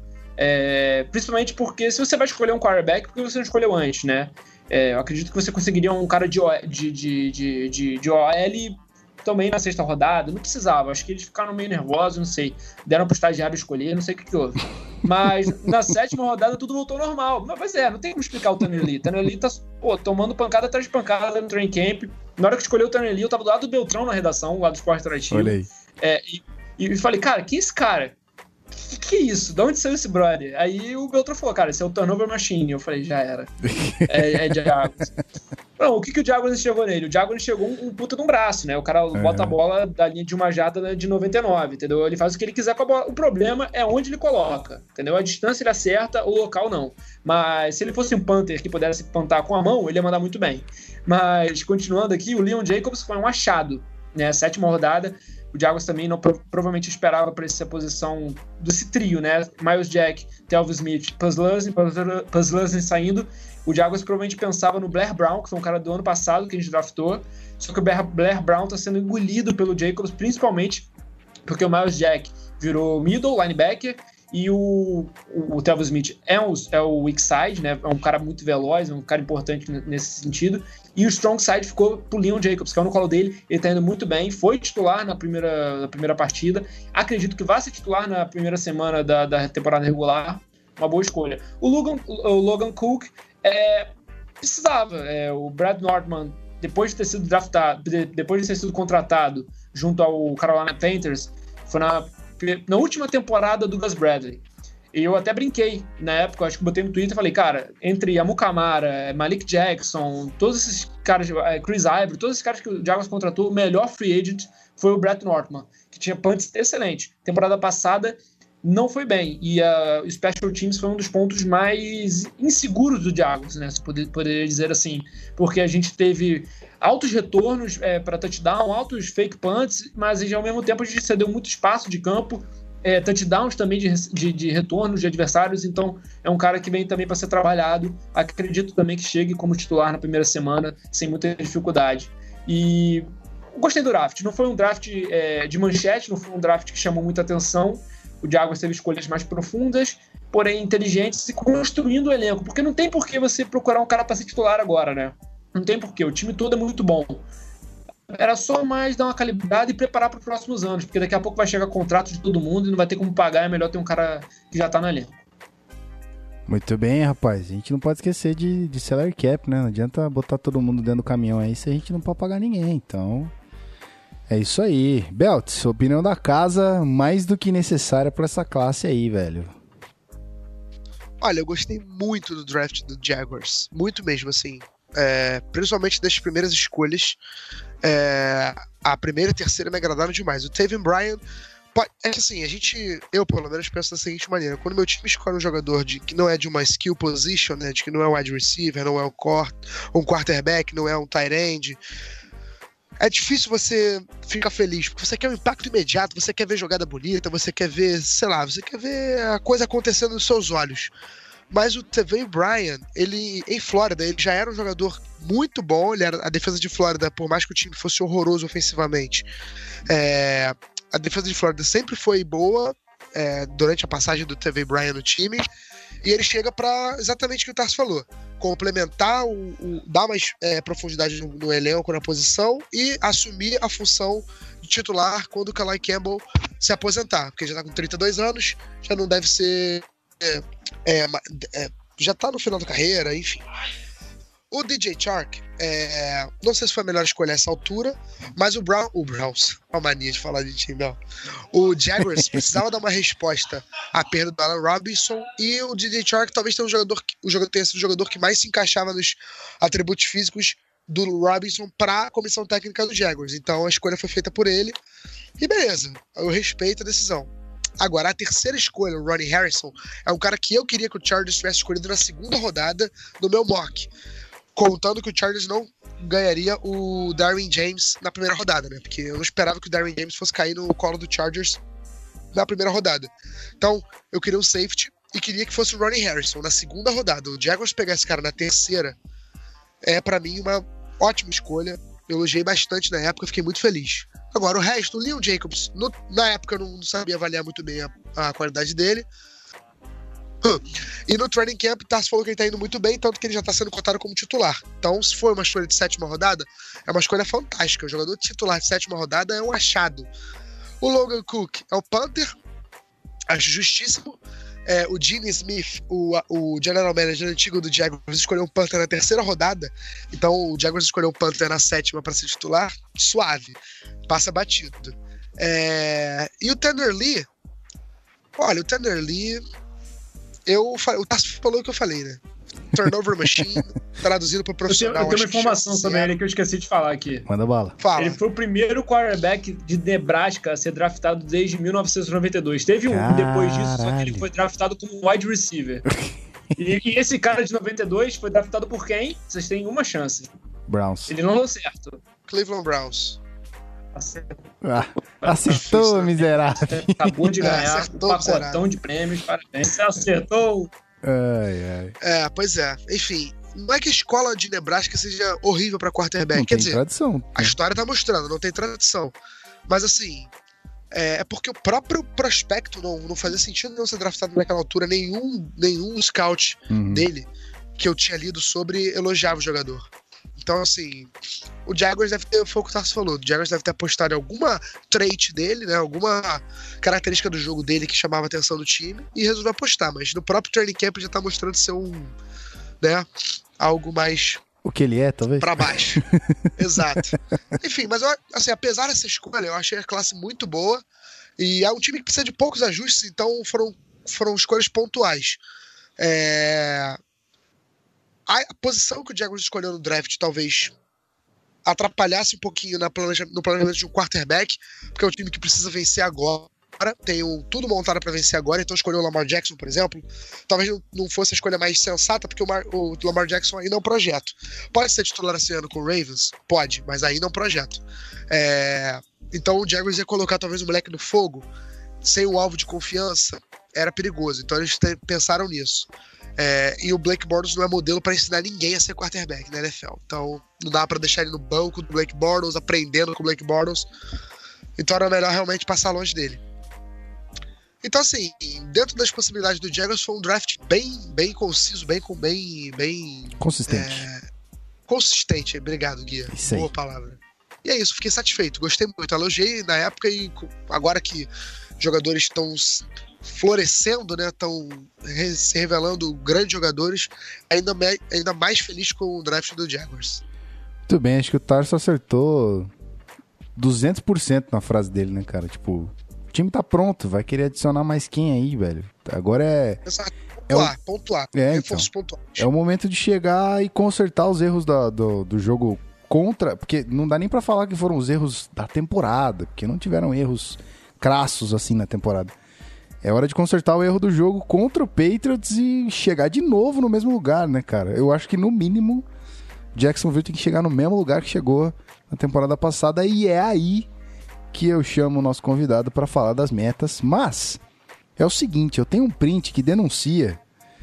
É, principalmente porque se você vai escolher um quarterback, por que você não escolheu antes, né? É, eu acredito que você conseguiria um cara de, de, de, de, de, de O L também na sexta rodada, não precisava, acho que eles ficaram meio nervosos, não sei, deram pro estagiário escolher, não sei o que que houve. Mas na sétima rodada tudo voltou normal. Mas é, não tem como explicar o Tanner Lee. Tanner Lee tá, pô, tomando pancada atrás de pancada no training camp. Na hora que escolheu o Tanner Lee, eu tava do lado do Beltrão na redação, lá do Esporte Interativo. Olha aí. É, e, e falei, cara, quem é esse cara? Que que é isso? De onde saiu esse brother? Aí o Beltrão falou, cara, esse é o Turnover Machine. Eu falei, já era. É, é Jaguars. Não, o que, que o Jaguars chegou nele? O Jaguars chegou um, um puta de um braço, né? O cara uhum. bota a bola da linha de uma jarda de noventa e nove, entendeu? Ele faz o que ele quiser com a bola. O problema é onde ele coloca, entendeu? A distância ele acerta, o local não. Mas se ele fosse um punter que pudesse plantar com a mão, ele ia mandar muito bem. Mas, continuando aqui, o Leon Jacobs foi um achado, né? Sétima rodada. O Jaguars também não, provavelmente esperava para essa posição desse trio, né? Miles Jack, Telvin Smith, Puzzluzzi saindo. O Jaguars provavelmente pensava no Blair Brown, que foi um cara do ano passado que a gente draftou. Só que o Blair Brown está sendo engolido pelo Jacobs, principalmente porque o Miles Jack virou middle linebacker e o, o, o Telvin Smith é, um, é o weak side, né? É um cara muito veloz, é um cara importante nesse sentido. E o strong side ficou pro Leon Jacobs, que é no colo dele. Ele tá indo muito bem, foi titular na primeira, na primeira partida. Acredito que vai ser titular na primeira semana da, da temporada regular. Uma boa escolha. O Logan, o Logan Cook É, precisava. É, o Brad Nortman, depois de ter sido draftado, de, depois de ter sido contratado junto ao Carolina Panthers, foi na, na última temporada do Gus Bradley. E eu até brinquei na época, acho que botei no Twitter e falei, cara, entre Amu Camara, Malik Jackson, todos esses caras, Chris Ivory, todos esses caras que o Jaguars contratou, o melhor free agent foi o Brett Nortman, que tinha punts excelentes. Temporada passada não foi bem, e uh, o Special Teams foi um dos pontos mais inseguros do Jaguars, né, se poder, poderia dizer assim, porque a gente teve altos retornos é, para touchdown, altos fake punts, mas ao mesmo tempo a gente cedeu muito espaço de campo, É, touchdowns também de, de, de retornos de adversários, então é um cara que vem também para ser trabalhado. Acredito também que chegue como titular na primeira semana sem muita dificuldade. E gostei do draft, não foi um draft é, de manchete, não foi um draft que chamou muita atenção. O Jaguars teve escolhas mais profundas, porém inteligentes, e construindo o elenco, porque não tem por que você procurar um cara para ser titular agora, né? Não tem por quê, o time todo é muito bom. Era só mais dar uma calibrada e preparar para os próximos anos, porque daqui a pouco vai chegar contrato de todo mundo e não vai ter como pagar, é melhor ter um cara que já tá no elenco. Muito bem, rapaz. A gente não pode esquecer de, de salary cap, né? Não adianta botar todo mundo dentro do caminhão aí se a gente não pode pagar ninguém. Então, é isso aí. Belts, opinião da casa mais do que necessária para essa classe aí, velho. Olha, eu gostei muito do draft do Jaguars. Muito mesmo, assim. É, principalmente das primeiras escolhas. É, a primeira e a terceira me agradaram demais. O Taven Bryan, é que assim, a gente, eu pelo menos penso da seguinte maneira: quando meu time escolhe um jogador de, que não é de uma skill position, né, de que não é um wide receiver, não é um, court, um quarterback, não é um tight end, é difícil você ficar feliz, porque você quer um impacto imediato, você quer ver jogada bonita, você quer ver, sei lá, você quer ver a coisa acontecendo nos seus olhos. Mas o Taven Bryan, ele, em Flórida, ele já era um jogador muito bom. Ele era a defesa de Flórida, por mais que o time fosse horroroso ofensivamente, é, a defesa de Flórida sempre foi boa é, durante a passagem do Taven Bryan no time. E ele chega para exatamente o que o Tarso falou: complementar, o, o, dar mais é, profundidade no, no elenco, na posição, e assumir a função de titular quando o Calais Campbell se aposentar, porque já tá com trinta e dois anos, já não deve ser... É, é, é, já tá no final da carreira, enfim. O D J Chark, é, não sei se foi a melhor escolha a essa altura, mas o Brown, o Browns, a mania de falar de time, não. O Jaguars precisava dar uma resposta à perda do Allen Robinson, e o D J Chark talvez tenha um jogador, o jogador tenha sido o jogador que mais se encaixava nos atributos físicos do Robinson para a comissão técnica do Jaguars. Então a escolha foi feita por ele, e beleza, eu respeito a decisão. Agora, a terceira escolha, o Ronnie Harrison, é um cara que eu queria que o Chargers tivesse escolhido na segunda rodada do meu mock, contando que o Chargers não ganharia o Darwin James na primeira rodada, né? Porque eu não esperava que o Darwin James fosse cair no colo do Chargers na primeira rodada. Então, eu queria um safety e queria que fosse o Ronnie Harrison na segunda rodada. O Jaguars pegar esse cara na terceira é, pra mim, uma ótima escolha. Eu elogiei bastante na época, fiquei muito feliz. Agora, o resto, o Leon Jacobs, no, na época eu não sabia avaliar muito bem a, a qualidade dele. Hum. E no training camp, o Tarso falou que ele tá indo muito bem, tanto que ele já tá sendo cotado como titular. Então, se for uma escolha de sétima rodada, é uma escolha fantástica. O jogador titular de sétima rodada é um achado. O Logan Cook é o punter, acho justíssimo. É, o Gene Smith, o, o general manager antigo do Jaguars, escolheu um punter na terceira rodada. Então o Jaguars escolheu um punter na sétima para ser titular. Suave, passa batido. É, e o Tanner Lee, olha, o Tanner Lee, eu, o Tarso falou o que eu falei, né? Turnover machine, traduzido para profissional. Eu tenho, eu tenho uma informação sobre ele que eu esqueci de falar aqui. Manda bala. Fala. Ele foi o primeiro quarterback de Nebraska a ser draftado desde mil novecentos e noventa e dois. Teve um Caralho. depois disso, só que ele foi draftado como wide receiver. e, e esse cara de noventa e dois foi draftado por quem? Vocês têm uma chance. Browns. Ele não deu certo. Cleveland Browns. Ah, acertou, miserável. Acabou de ganhar É, um acertou, pacotão miserável. de prêmios. Parabéns. Você acertou. Ai, ai. É, pois é. Enfim, não é que a escola de Nebraska seja horrível para quarterback. Não Quer tem dizer, tradição. a história tá mostrando, não tem tradição. Mas assim, é, é porque o próprio prospecto não, não fazia sentido não ser draftado naquela altura. Nenhum, nenhum scout Uhum. dele que eu tinha lido sobre elogiava o jogador. Então, assim, o Jaguars deve ter, foi o que o Tarso falou, o Jaguars deve ter apostado em alguma trait dele, né, alguma característica do jogo dele que chamava a atenção do time e resolveu apostar, mas no próprio training camp já tá mostrando ser um né, algo mais o que ele é, talvez? Pra baixo. Exato. Enfim, mas eu, assim, apesar dessa escolha, eu achei a classe muito boa. E é um time que precisa de poucos ajustes, então foram, foram escolhas pontuais. É... A posição que o Jaguars escolheu no draft talvez atrapalhasse um pouquinho na planeja... no planejamento de um quarterback, porque é um time que precisa vencer agora. Tem um, tudo montado para vencer agora, então escolheu o Lamar Jackson, por exemplo. Talvez não fosse a escolha mais sensata, porque o, Mar, o Lamar Jackson ainda é um projeto. Pode ser titular esse ano com o Ravens? Pode, mas ainda é um projeto. É, então o Jaguars ia colocar talvez o moleque no fogo, sem o alvo de confiança, era perigoso. Então eles te, pensaram nisso. É, e o Blake Bortles não é modelo para ensinar ninguém a ser quarterback na N F L. Então não dá para deixar ele no banco do Blake Bortles, aprendendo com o Blake Bortles. Então era melhor realmente passar longe dele. Então, assim, dentro das possibilidades do Jaguars, foi um draft bem, bem conciso, bem, bem, bem consistente. É, consistente, obrigado, Guia. Isso aí. Boa palavra. E é isso, fiquei satisfeito, gostei muito. Elogiei na época e agora que jogadores estão florescendo, né, estão se revelando grandes jogadores, ainda, me, ainda mais feliz com o draft do Jaguars. Muito bem, acho que o Tarso acertou duzentos por cento na frase dele, né, cara? Tipo... O time tá pronto, vai querer adicionar mais quem aí, velho? Agora é... Exato. Pontuar, é o... pontuar. É, então, é o momento de chegar e consertar os erros da, do, do jogo contra... Porque não dá nem pra falar que foram os erros da temporada, porque não tiveram erros crassos assim na temporada. É hora de consertar o erro do jogo contra o Patriots e chegar de novo no mesmo lugar, né, cara? Eu acho que, no mínimo, Jacksonville tem que chegar no mesmo lugar que chegou na temporada passada, e é aí que eu chamo o nosso convidado para falar das metas. Mas é o seguinte, eu tenho um print que denuncia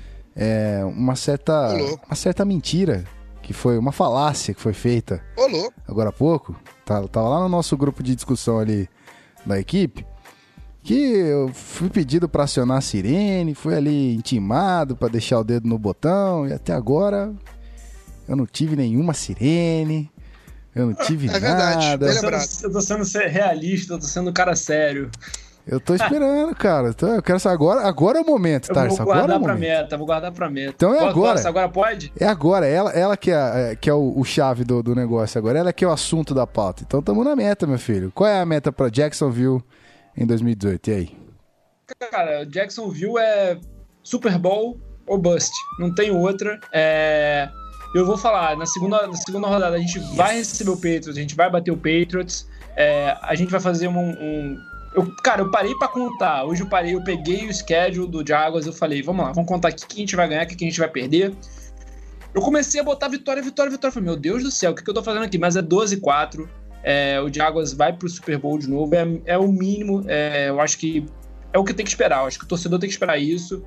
é, uma certa uma certa mentira, que foi uma falácia que foi feita Olô. agora há pouco. Tá, tava lá no nosso grupo de discussão ali da equipe, que eu fui pedido para acionar a sirene, fui ali intimado para deixar o dedo no botão, e até agora eu não tive nenhuma sirene. Eu não tive é verdade, nada. Bem eu, tô sendo, eu tô sendo realista, eu tô sendo um cara sério. Eu tô esperando, cara. Então, eu quero saber agora. Agora é o momento, tá? Eu vou guardar agora é o pra momento. meta, vou guardar pra meta. Então é Posso, agora. Posso, agora pode? É agora. Ela, ela que é, que é o, o chave do, do negócio agora. Ela que é o assunto da pauta. Então tamo na meta, meu filho. Qual é a meta pra Jacksonville em dois mil e dezoito? E aí? Cara, Jacksonville é Super Bowl ou bust. Não tem outra. É... Eu vou falar, na segunda, na segunda rodada a gente yes. vai receber o Patriots, a gente vai bater o Patriots, é, a gente vai fazer um... um... Eu, cara, eu parei pra contar, hoje eu parei, eu peguei o schedule do Jaguars, eu falei, vamos lá, vamos contar o que, que a gente vai ganhar, o que, que a gente vai perder. Eu comecei a botar vitória, vitória, vitória, eu falei, meu Deus do céu, o que, que eu tô fazendo aqui? Mas é doze a quatro, é, o Jaguars vai pro Super Bowl de novo, é, é o mínimo, é, eu acho que é o que tem que esperar, eu acho que o torcedor tem que esperar isso.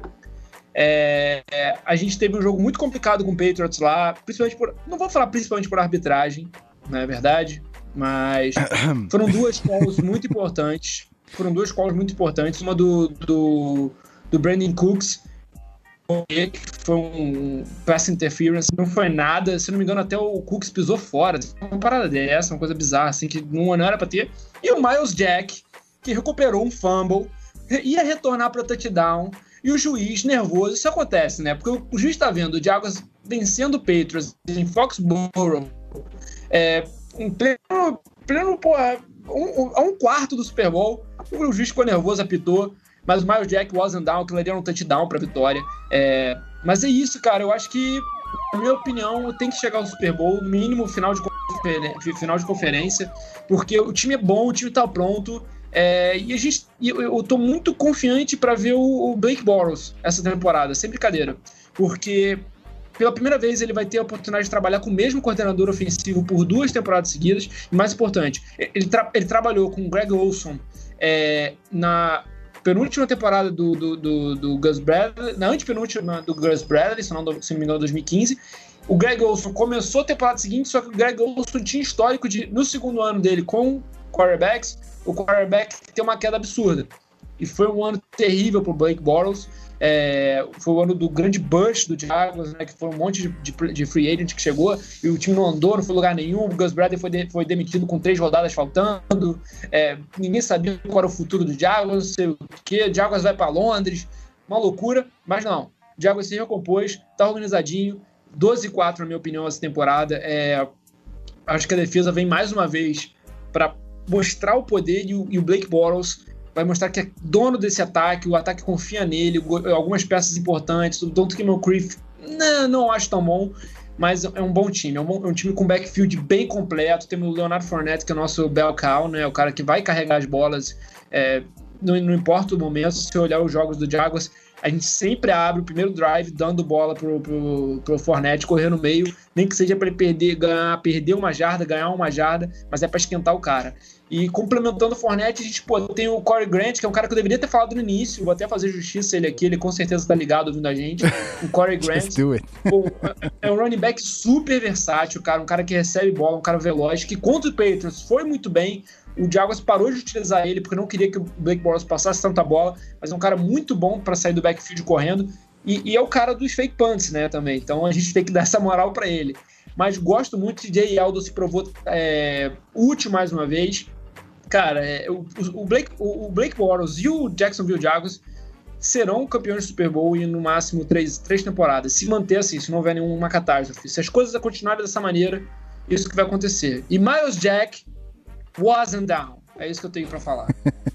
É, é, a gente teve um jogo muito complicado com o Patriots lá, principalmente por, não vou falar principalmente por arbitragem, não é verdade, mas foram duas calls muito importantes, foram duas calls muito importantes, uma do, do, do Brandon Cooks, que foi um pass interference, não foi nada, se não me engano até o Cooks pisou fora, uma parada dessa, uma coisa bizarra, assim, que não, não era pra ter, e o Miles Jack, que recuperou um fumble, ia retornar para touchdown, e o juiz nervoso, isso acontece, né? Porque o juiz tá vendo o Jaguars vencendo o Patriots em Foxborough, é, em pleno, pleno porra, um, a um quarto do Super Bowl, o juiz ficou nervoso, apitou, mas o Miles Jack wasn't down, que ele deu um touchdown pra vitória. É, mas é isso, cara, eu acho que, na minha opinião, tem que chegar ao Super Bowl, no mínimo final de, final de conferência, porque o time é bom, o time tá pronto. É, e a gente, eu, eu tô muito confiante para ver o, o Blake Bortles essa temporada, sem brincadeira, porque pela primeira vez ele vai ter a oportunidade de trabalhar com o mesmo coordenador ofensivo por duas temporadas seguidas, e mais importante, ele, tra- ele trabalhou com o Greg Olson é, na penúltima temporada do, do, do, do Gus Bradley, na antepenúltima do Gus Bradley, se não, se não me engano, dois mil e quinze. O Greg Olson começou a temporada seguinte, só que o Greg Olson tinha histórico de, no segundo ano dele com quarterbacks, o quarterback tem uma queda absurda. E foi um ano terrível pro Blake Bortles. É, foi o ano do grande bust do Jaguars, né, que foi um monte de, de, de free agent que chegou e o time não andou, não foi lugar nenhum. O Gus Bradley foi, de, foi demitido com três rodadas faltando. É, ninguém sabia qual era o futuro do Jaguars, não sei o que. O Jaguars vai para Londres, uma loucura. Mas não, o Jaguars se recompôs, tá organizadinho, doze a quatro, na minha opinião, essa temporada. É, acho que a defesa vem mais uma vez para mostrar o poder e o, e o Blake Bortles vai mostrar que é dono desse ataque, o ataque confia nele, algumas peças importantes. O Donta Moncrief, não, não acho tão bom, mas é um bom time. É um, bom, é um time com backfield bem completo. Temos o Leonard Fournette, que é o nosso bell cow, né? O cara que vai carregar as bolas, é, não, não importa o momento. Se você olhar os jogos do Jaguars, a gente sempre abre o primeiro drive dando bola pro, pro, pro Fournette correr no meio, nem que seja para ele perder, ganhar, perder uma jarda, ganhar uma jarda, mas é para esquentar o cara. E complementando o Fournette, a gente pô, tem o Corey Grant, que é um cara que eu deveria ter falado no início, vou até fazer justiça a ele aqui, ele com certeza tá ligado ouvindo a gente. O Corey Grant pô, é um running back super versátil, cara, um cara que recebe bola, um cara veloz, que contra o Patriots foi muito bem. O Jaguars parou de utilizar ele porque não queria que o Blake Bortles passasse tanta bola, mas é um cara muito bom para sair do backfield correndo, e, e é o cara dos fake punts, né, também, então a gente tem que dar essa moral para ele. Mas gosto muito de Jay Aldo, se provou é, útil mais uma vez. Cara, é, o, o, Blake, o, o Blake Bortles e o Jacksonville Jaguars serão campeões do Super Bowl em no máximo três, três temporadas, se manter assim, se não houver nenhuma catástrofe. Se as coisas continuarem dessa maneira, isso que vai acontecer. E Miles Jack wasn't down. É isso que eu tenho pra falar.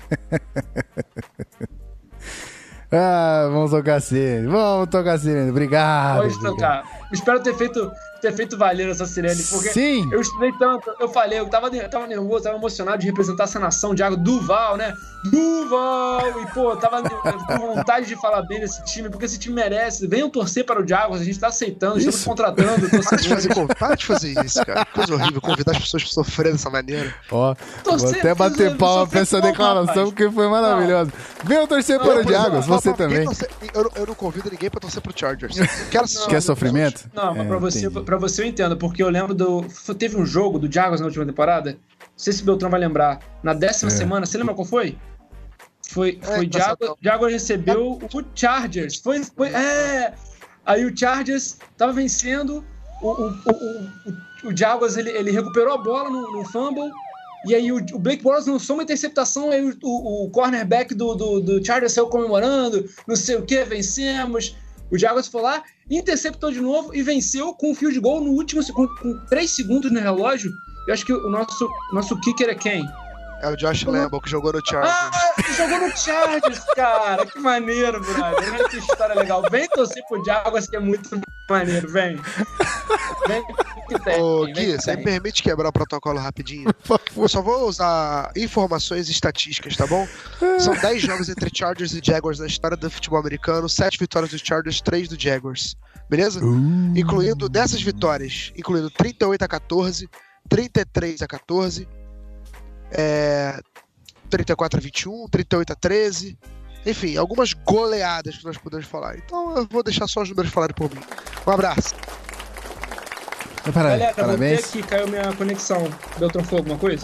Ah, vamos tocar sirene. Vamos tocar sirene. Obrigado. Pode tocar. Obrigado. Espero ter feito, ter feito valer essa sirene, porque Sim. eu estudei tanto. Eu falei, eu tava, eu tava nervoso, tava emocionado de representar essa nação de água. Duval, né? Duval! E, pô, eu tava com vontade de falar bem desse time, porque esse time merece. Venham torcer para o Jaguars, a gente tá aceitando, Isso. estamos contratando. Para de fazer, para de fazer isso, cara. Coisa horrível, convidar as pessoas pra sofrer dessa maneira. Ó, Torcer, vou até bater palma pra essa declaração, porque foi maravilhosa. Venham torcer para o Jaguars, você também. Torcer, eu, não, eu não convido ninguém pra torcer pro Chargers. Quero Não, Quer sofrimento? Não, mas É, pra você, entendi. pra você eu entendo, porque eu lembro do... Teve um jogo do Jaguars na última temporada, não sei se o Beltrão vai lembrar, na décima É. semana, você lembra qual foi? Foi, É, foi tá Jaguars, certo. Jaguars recebeu o Chargers, foi, foi, é... Aí o Chargers tava vencendo, o, o, o, o, o Jaguars, ele, ele recuperou a bola no, no fumble, e aí o, o Blake Bortles lançou uma interceptação, aí o, o, o cornerback do, do, do Chargers saiu comemorando, não sei o que, vencemos. O Jaguars foi lá, interceptou de novo e venceu com um field goal no último segundo, com três segundos no relógio. Eu acho que o nosso, nosso kicker é quem? É o Josh Lambo que jogou no Chargers. Ah, jogou no Chargers, cara. Que maneiro, brother. Olha que história legal. Vem torcer pro Jaguars, que é muito maneiro. Vem. Vem que tem. Ô, vem Gui, que você tem. me permite quebrar o protocolo rapidinho? Eu só vou usar informações estatísticas, tá bom? São dez jogos entre Chargers e Jaguars na história do futebol americano, sete vitórias dos Chargers, três do Jaguars. Beleza? Uh, Incluindo dessas vitórias, incluindo trinta e oito a quatorze, trinta e três a quatorze, é, trinta e quatro a vinte e um, trinta e oito a treze, enfim, algumas goleadas que nós podemos falar. Então eu vou deixar só os números falarem por mim. Um abraço. para- Galera, parabéns. voltei aqui, caiu minha conexão. Beltrão falou alguma coisa?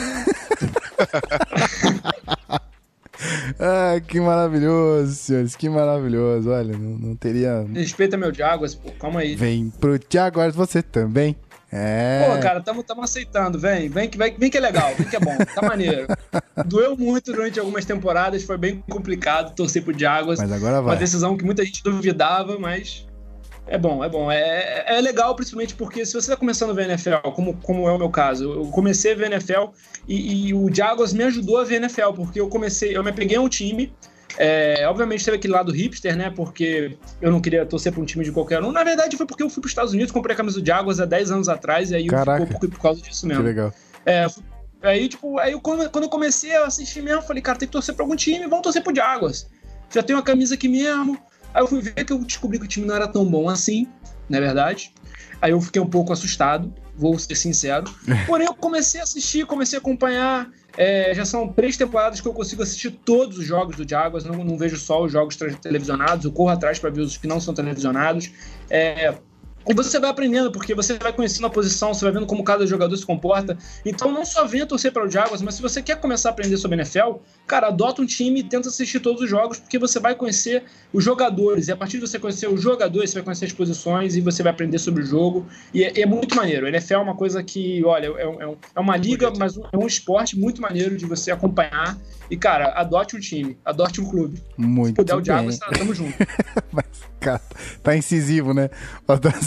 Ah, que maravilhoso, senhores. Que maravilhoso. Olha, não, não teria. Respeita meu Jaguars, pô. Calma aí. Vem pro Jaguars você também. É. Pô, cara, tamo, tamo aceitando, vem, vem que, vem, vem que é legal, vem que é bom, tá maneiro. Doeu muito durante algumas temporadas, foi bem complicado torcer pro Jaguars, Mas agora uma vai. decisão que muita gente duvidava, mas é bom, é bom. É, é legal, principalmente porque se você tá começando a ver N F L, como, como é o meu caso, eu comecei a ver N F L e, e o Jaguars me ajudou a ver N F L, porque eu comecei, eu me peguei a um time. É, obviamente teve aquele lado hipster, né? Porque eu não queria torcer pra um time de qualquer um. Na verdade, foi porque eu fui pros Estados Unidos, comprei a camisa do Jaguars há dez anos atrás, e aí Caraca. ficou por, por causa disso Que mesmo. legal. É, aí, tipo, aí eu, quando, quando eu comecei a assistir mesmo, eu falei, cara, tem que torcer pra algum time, vamos torcer pro Jaguars. Já tenho uma camisa aqui mesmo. Aí eu fui ver que eu descobri que o time não era tão bom assim, na verdade. Aí eu fiquei um pouco assustado, vou ser sincero. Porém, eu comecei a assistir, comecei a acompanhar. É, já são três temporadas que eu consigo assistir todos os jogos do Jaguars, não, não vejo só os jogos televisionados, eu corro atrás para ver os que não são televisionados. É, e você vai aprendendo, porque você vai conhecendo a posição, você vai vendo como cada jogador se comporta. Então não só venha torcer para o Jaguars, mas se você quer começar a aprender sobre N F L, cara, adota um time e tenta assistir todos os jogos, porque você vai conhecer os jogadores. E a partir de você conhecer os jogadores, você vai conhecer as posições e você vai aprender sobre o jogo. E é, é muito maneiro. O N F L é uma coisa que, olha, é, um, é uma liga, mas é um esporte muito maneiro de você acompanhar. E, cara, adote um time, adote um clube. Muito Se puder o bem. Jaguars, tá, tamo junto. Mas, cara, tá incisivo, né? Adote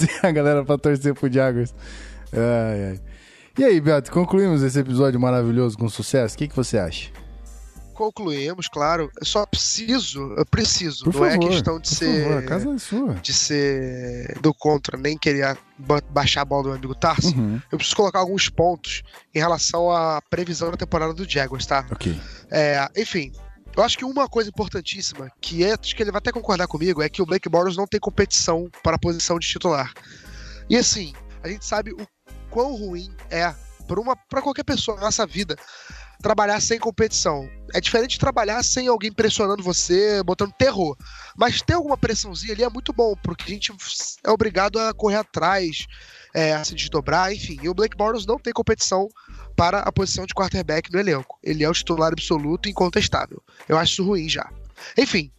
a galera pra torcer pro Jaguars. Ai, ai. E aí, Beto, concluímos esse episódio maravilhoso com sucesso? O que, que você acha? Concluímos, claro. Eu só preciso, eu preciso. Por não favor, é questão de por ser. favor, a casa é sua. De ser do contra, nem querer ba- baixar a bola do meu amigo Tarso. Uhum. Eu preciso colocar alguns pontos em relação à previsão da temporada do Jaguars, tá? Ok. É, enfim, eu acho que uma coisa importantíssima, que é, acho que ele vai até concordar comigo, é que o Blake Bortles não tem competição para a posição de titular. E assim, a gente sabe o quão ruim é para uma para qualquer pessoa na nossa vida trabalhar sem competição. É diferente de trabalhar sem alguém pressionando você, botando terror. Mas ter alguma pressãozinha ali é muito bom, porque a gente é obrigado a correr atrás, é, a se desdobrar, enfim. E o Blake Bortles não tem competição para a posição de quarterback no elenco. Ele é o titular absoluto e incontestável. Eu acho isso ruim já. Enfim.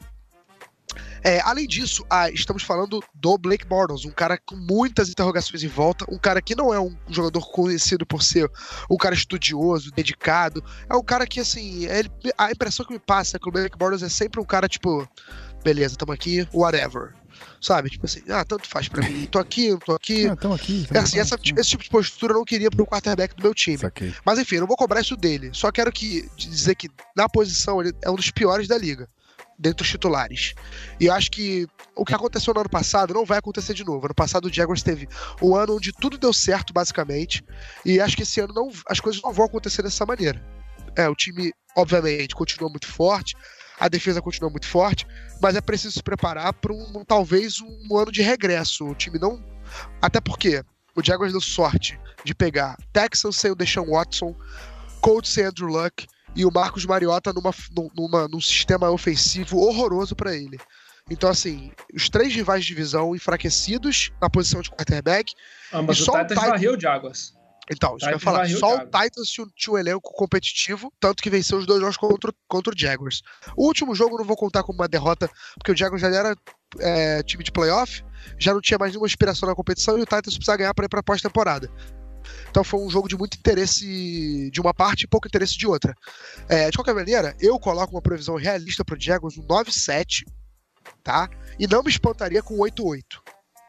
É, além disso, ah, estamos falando do Blake Bortles, um cara com muitas interrogações em volta, um cara que não é um jogador conhecido por ser um cara estudioso, dedicado, é um cara que, assim, ele, a impressão que me passa é que o Blake Bortles é sempre um cara, tipo, beleza, tamo aqui, whatever, sabe? Tipo assim, ah, tanto faz pra mim, tô aqui, não tô aqui. Ah, tamo aqui. É assim, essa, esse tipo de postura eu não queria pro quarterback do meu time. Saquei. Mas enfim, eu não vou cobrar isso dele, só quero que, dizer que na posição ele é um dos piores da liga, dentre os titulares. E eu acho que o que aconteceu no ano passado não vai acontecer de novo. Ano passado o Jaguars teve um ano onde tudo deu certo, basicamente, e acho que esse ano não, as coisas não vão acontecer dessa maneira. É, o time, obviamente, continua muito forte, a defesa continua muito forte, mas é preciso se preparar para um, talvez um ano de regresso. O time não... Até porque o Jaguars deu sorte de pegar Texans sem o Deshaun Watson, Colts sem Andrew Luck, e o Marcus Mariota numa, numa, num sistema ofensivo horroroso para ele. Então, assim, os três rivais de divisão enfraquecidos na posição de quarterback. Ah, mas e o só Titans o Titan... varreu o Jaguars. Então, isso que eu ia Titans falar. varreu Só o o Titans tinha, tinha um elenco competitivo, tanto que venceu os dois jogos contra, contra o Jaguars. O último jogo eu não vou contar como uma derrota, porque o Jaguars já era é, time de playoff, já não tinha mais nenhuma inspiração na competição e o Titans precisava ganhar para ir para a pós-temporada. Então foi um jogo de muito interesse de uma parte e pouco interesse de outra. É, de qualquer maneira, eu coloco uma previsão realista para o Jaguars, um nove sete, tá? E não me espantaria com oito oito.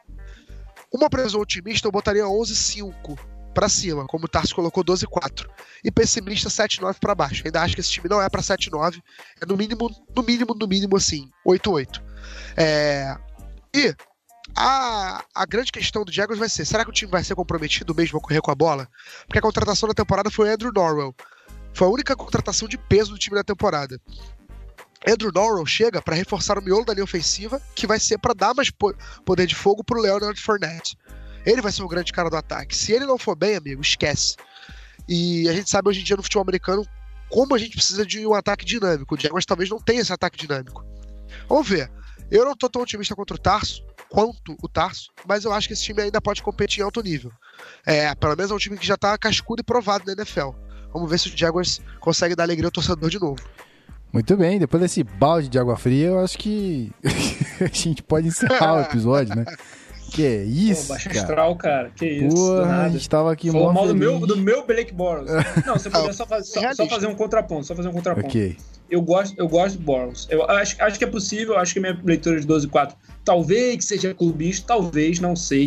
Uma previsão otimista eu botaria onze cinco para cima, como o Tarso colocou doze quatro. E pessimista sete nove para baixo. Ainda acho que esse time não é para sete nove, é no mínimo, no mínimo, no mínimo assim, oito oito. É... E A, a grande questão do Jaguars vai ser, será que o time vai ser comprometido mesmo a correr com a bola? Porque a contratação da temporada foi o Andrew Norwell. Foi a única contratação de peso do time da temporada. Andrew Norwell chega para reforçar o miolo da linha ofensiva, que vai ser para dar mais po- poder de fogo pro Leonard Fournette. Ele vai ser o grande cara do ataque. Se ele não for bem, amigo, esquece. E a gente sabe hoje em dia no futebol americano como a gente precisa de um ataque dinâmico. O Jaguars talvez não tenha esse ataque dinâmico. Vamos ver. Eu não tô tão otimista contra o Tarso, quanto o Tarso, mas eu acho que esse time ainda pode competir em alto nível. É, pelo menos é um time que já tá cascudo e provado na N F L. Vamos ver se o Jaguars consegue dar alegria ao torcedor de novo. Muito bem, depois desse balde de água fria, eu acho que a gente pode encerrar o episódio, né? Que isso, Pô, baixa cara. astral, cara. Que isso, Pô, do a nada. gente tava aqui Falou mó mal do feliz. meu, do meu Blake Bortles. Não, você poderia só, faz- só, realista. só fazer um contraponto, só fazer um contraponto. Ok. Eu gosto, eu gosto do Bortles. Eu acho, acho que é possível, acho que minha leitura de doze quatro talvez seja clubista, talvez, não sei.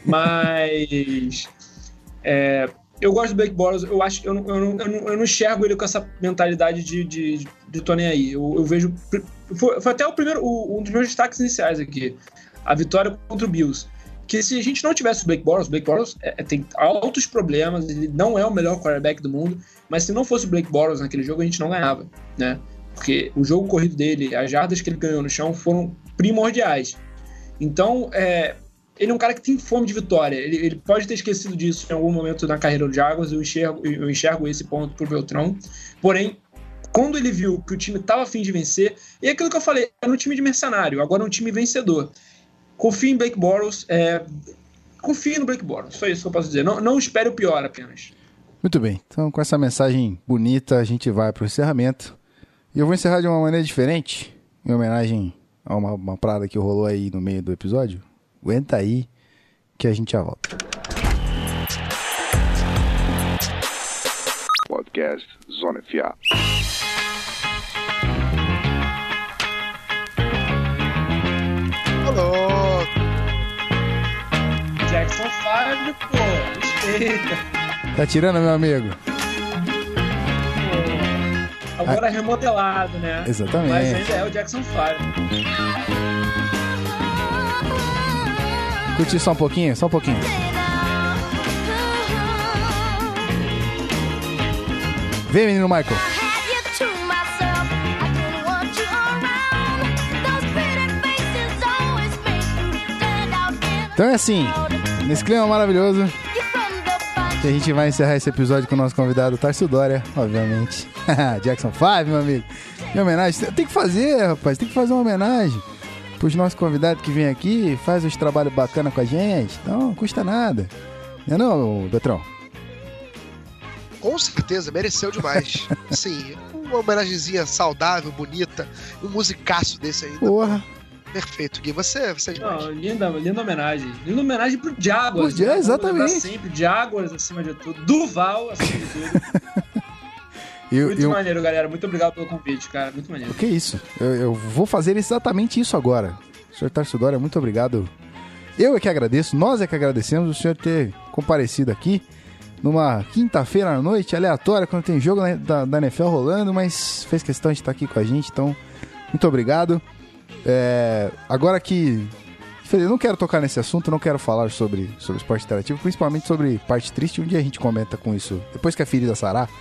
Mas é, eu gosto do Blake Bortles, eu acho eu não, eu, não, eu, não, eu não enxergo ele com essa mentalidade de, de, de tô nem aí. Eu, eu vejo. Foi, foi até o primeiro, o, um dos meus destaques iniciais aqui. A vitória contra o Bills. Que se a gente não tivesse o Blake Bortles, o Blake Bortles é, é, tem altos problemas, ele não é o melhor quarterback do mundo, mas se não fosse o Blake Bortles naquele jogo, a gente não ganhava, né? Porque o jogo corrido dele, as jardas que ele ganhou no chão foram primordiais. Então, é, ele é um cara que tem fome de vitória, ele, ele pode ter esquecido disso em algum momento na carreira do Jaguars, eu enxergo, eu enxergo esse ponto pro Beltrão, porém, quando ele viu que o time estava a fim de vencer, e é aquilo que eu falei, era um time de mercenário, agora é um time vencedor. Confie em Blake Bortles, é... confie no Blake Bortles, só isso que eu posso dizer. Não, não espere o pior apenas. Muito bem, então com essa mensagem bonita a gente vai pro encerramento. E eu vou encerrar de uma maneira diferente, em homenagem a uma, uma parada que rolou aí no meio do episódio. Aguenta aí que a gente já volta. Podcast Zona F A. Alô! Jackson cinco, pô, respeita. Tá tirando, meu amigo? Pô, agora ah, remodelado, né? Exatamente. Mas ainda é o Jackson cinco. Curti só um pouquinho? Só um pouquinho. Vem, menino Michael. Então é assim, nesse clima maravilhoso, que a gente vai encerrar esse episódio com o nosso convidado Tarso Dória, obviamente. Jackson cinco, meu amigo. Em homenagem, tem que fazer, rapaz, tem que fazer uma homenagem pros nossos convidados que vêm aqui, faz uns trabalhos bacanas com a gente, então não custa nada. Não é não, Beltrão? Com certeza, mereceu demais. Sim, uma homenagenzinha saudável, bonita, um musicaço desse ainda. Porra. Perfeito, Gui. Você, você é demais. Não, linda, linda homenagem. Linda homenagem pro Jaguars. Né? Exatamente. Sempre Jaguars acima de tudo. Duval acima de tudo. Eu, muito eu... maneiro, galera. Muito obrigado pelo convite, cara. Muito maneiro. O que é isso? Eu, eu vou fazer exatamente isso agora. senhor Tarso Dória, muito obrigado. Eu é que agradeço, nós é que agradecemos o senhor ter comparecido aqui numa quinta-feira à noite, aleatória, quando tem jogo da, da N F L rolando, mas fez questão de estar aqui com a gente, então, muito obrigado. É, agora que eu não quero tocar nesse assunto, não quero falar sobre, sobre esporte interativo, principalmente sobre parte triste, um dia a gente comenta com isso, depois que a ferida sarar.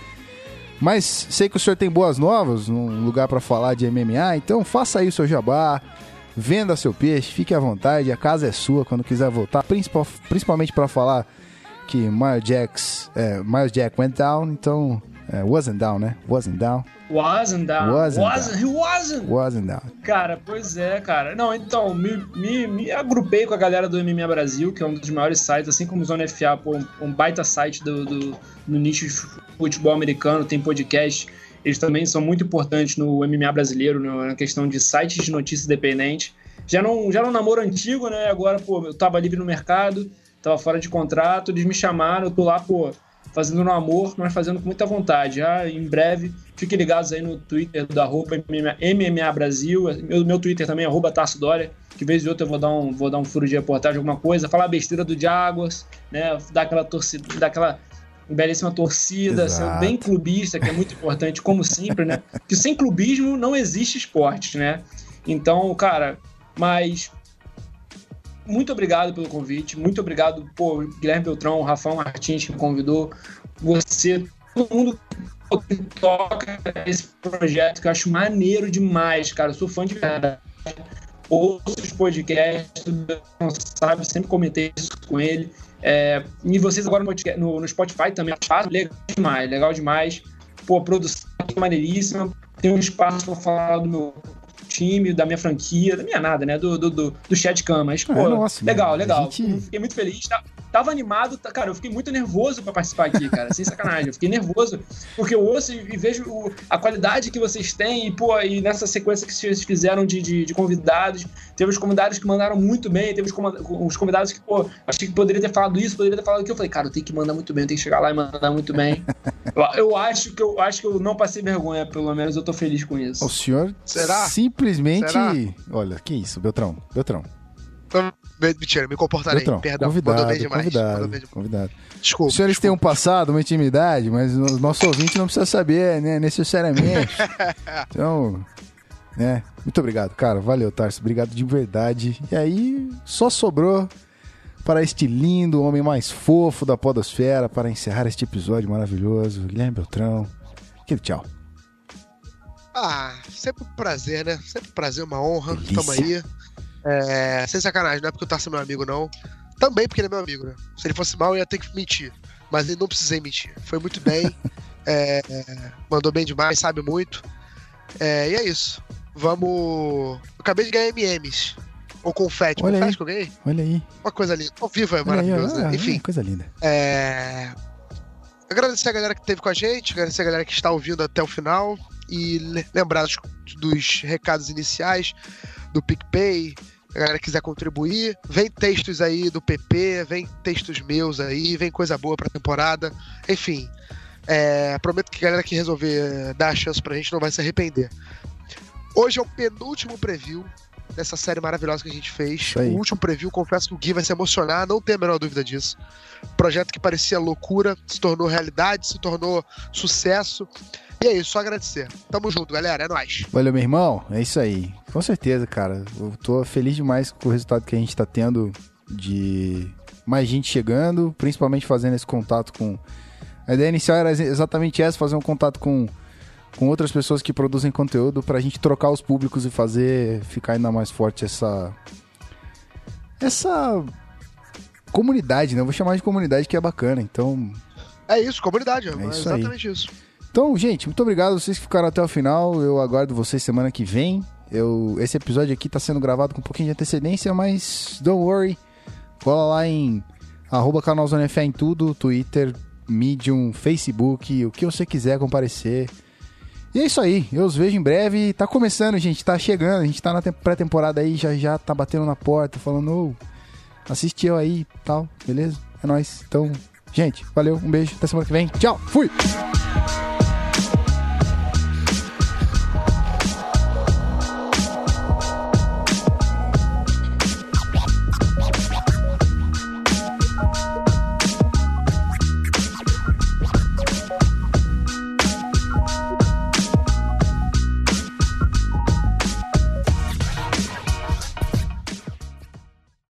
Mas sei que o senhor tem boas novas, um lugar para falar de M M A, então faça aí o seu jabá, venda seu peixe, fique à vontade, a casa é sua quando quiser voltar, principal, principalmente para falar que Miles Jack, é, Miles Jack went down, então é, wasn't down, né? Wasn't down. Wasn't down. Wasn't, wasn't down. He wasn't. Wasn't down. Cara, pois é, cara. Não, então, me, me, me agrupei com a galera do M M A Brasil, que é um dos maiores sites, assim como o Zona F A, pô, um, um baita site do, do, no nicho de futebol americano, tem podcast. Eles também são muito importantes no M M A brasileiro, no, na questão de sites de notícias independentes. Já não, já não namoro antigo, né? Agora, pô, eu tava livre no mercado, tava fora de contrato, eles me chamaram, eu tô lá, pô, fazendo no amor, mas fazendo com muita vontade. Já em breve, fiquem ligados aí no Twitter do arroba M M A Brasil, meu, meu Twitter também é arroba Tarso Dória, que vez de outra eu vou dar um, vou dar um furo de reportagem, alguma coisa, falar besteira do Jaguars, né, dar aquela torcida, dar aquela belíssima torcida, Exato. Ser bem clubista, que é muito importante, como sempre, né, que sem clubismo não existe esporte, né, então, cara, mas... Muito obrigado pelo convite, muito obrigado, pô, Guilherme Beltrão, Rafael Martins que me convidou, você, todo mundo que toca esse projeto que eu acho maneiro demais, cara, eu sou fã de verdade, ouço os podcasts, não sabe, sempre comentei isso com ele, é, e vocês agora no, no, no Spotify também, legal demais, legal demais, pô, produção maneiríssima, tem um espaço para falar do meu time, da minha franquia, da minha nada, né? Do, do, do, do Chat Cam, mas, pô, é, nossa, legal, mano, legal. gente... Fiquei muito feliz. Tava animado, cara, eu fiquei muito nervoso pra participar aqui, cara, sem sacanagem. Eu fiquei nervoso, porque eu ouço e vejo o, a qualidade que vocês têm e, pô, e nessa sequência que vocês fizeram de, de, de convidados, teve os convidados que mandaram muito bem, teve os convidados que, pô, achei que poderia ter falado isso, poderia ter falado aquilo. Eu falei, cara, eu tenho que mandar muito bem, eu tenho que chegar lá e mandar muito bem. eu, eu, acho que eu acho que eu não passei vergonha, pelo menos eu tô feliz com isso. O senhor Será? simplesmente... Será? Olha, que isso, Beltrão, Beltrão. Mentira, me comportarei. Beltrão, Perdão, convidado, bem demais. convidado, Bem demais. convidado. Desculpa. Os senhores desculpa. têm um passado, uma intimidade, mas o nosso ouvinte não precisa saber, né, necessariamente. Então, né, muito obrigado, cara, valeu, Tarso, obrigado de verdade. E aí, só sobrou para este lindo homem mais fofo da podosfera para encerrar este episódio maravilhoso, Guilherme Beltrão. Aquele tchau. Ah, sempre um prazer, né? Sempre um prazer, uma honra. Delícia. Tamo aí. É, sem sacanagem, não é porque o Tarso é meu amigo, não. Também porque ele é meu amigo, né? Se ele fosse mal, eu ia ter que mentir. Mas ele não precisei mentir. Foi muito bem. é, mandou bem demais, sabe muito. É, e é isso. Vamos... Eu acabei de ganhar M Ms. Ou confete. Olha Confete aí. que eu ganhei? Olha aí. Uma coisa linda. Ao vivo é Olha aí, maravilhoso, olha, né? Enfim. olha, coisa linda. É... Agradecer a galera que esteve com a gente, agradecer a galera que está ouvindo até o final e lembrar dos, dos recados iniciais do PicPay, a galera que quiser contribuir, vem textos aí do P P, vem textos meus aí, vem coisa boa pra temporada, enfim, é, prometo que a galera que resolver dar a chance pra gente não vai se arrepender. Hoje é o penúltimo preview dessa série maravilhosa que a gente fez. Isso aí. O último preview, confesso que o Gui vai se emocionar, não tenho a menor dúvida disso. Projeto que parecia loucura, se tornou realidade, se tornou sucesso. E é isso, só agradecer. Tamo junto, galera, é nóis. Valeu, meu irmão. É isso aí. Com certeza, cara. Eu tô feliz demais com o resultado que a gente tá tendo de mais gente chegando, principalmente fazendo esse contato com... A ideia inicial era exatamente essa, fazer um contato com, com outras pessoas que produzem conteúdo pra gente trocar os públicos e fazer ficar ainda mais forte essa... Essa... comunidade, né? Eu vou chamar de comunidade, que é bacana. Então... É isso, comunidade. É, é é isso exatamente aí. isso. Então, gente, muito obrigado vocês que ficaram até o final. Eu aguardo vocês semana que vem. Eu, esse episódio aqui tá sendo gravado com um pouquinho de antecedência, mas don't worry. Cola lá em arroba canal Zona F A em tudo, Twitter, Medium, Facebook, o que você quiser comparecer. E é isso aí, eu os vejo em breve. Tá começando, gente, tá chegando. A gente tá na pré-temporada aí, já já tá batendo na porta, falando, ô, assiste eu aí e tal, beleza? É nóis. Então, gente, valeu, um beijo, até semana que vem. Tchau, fui!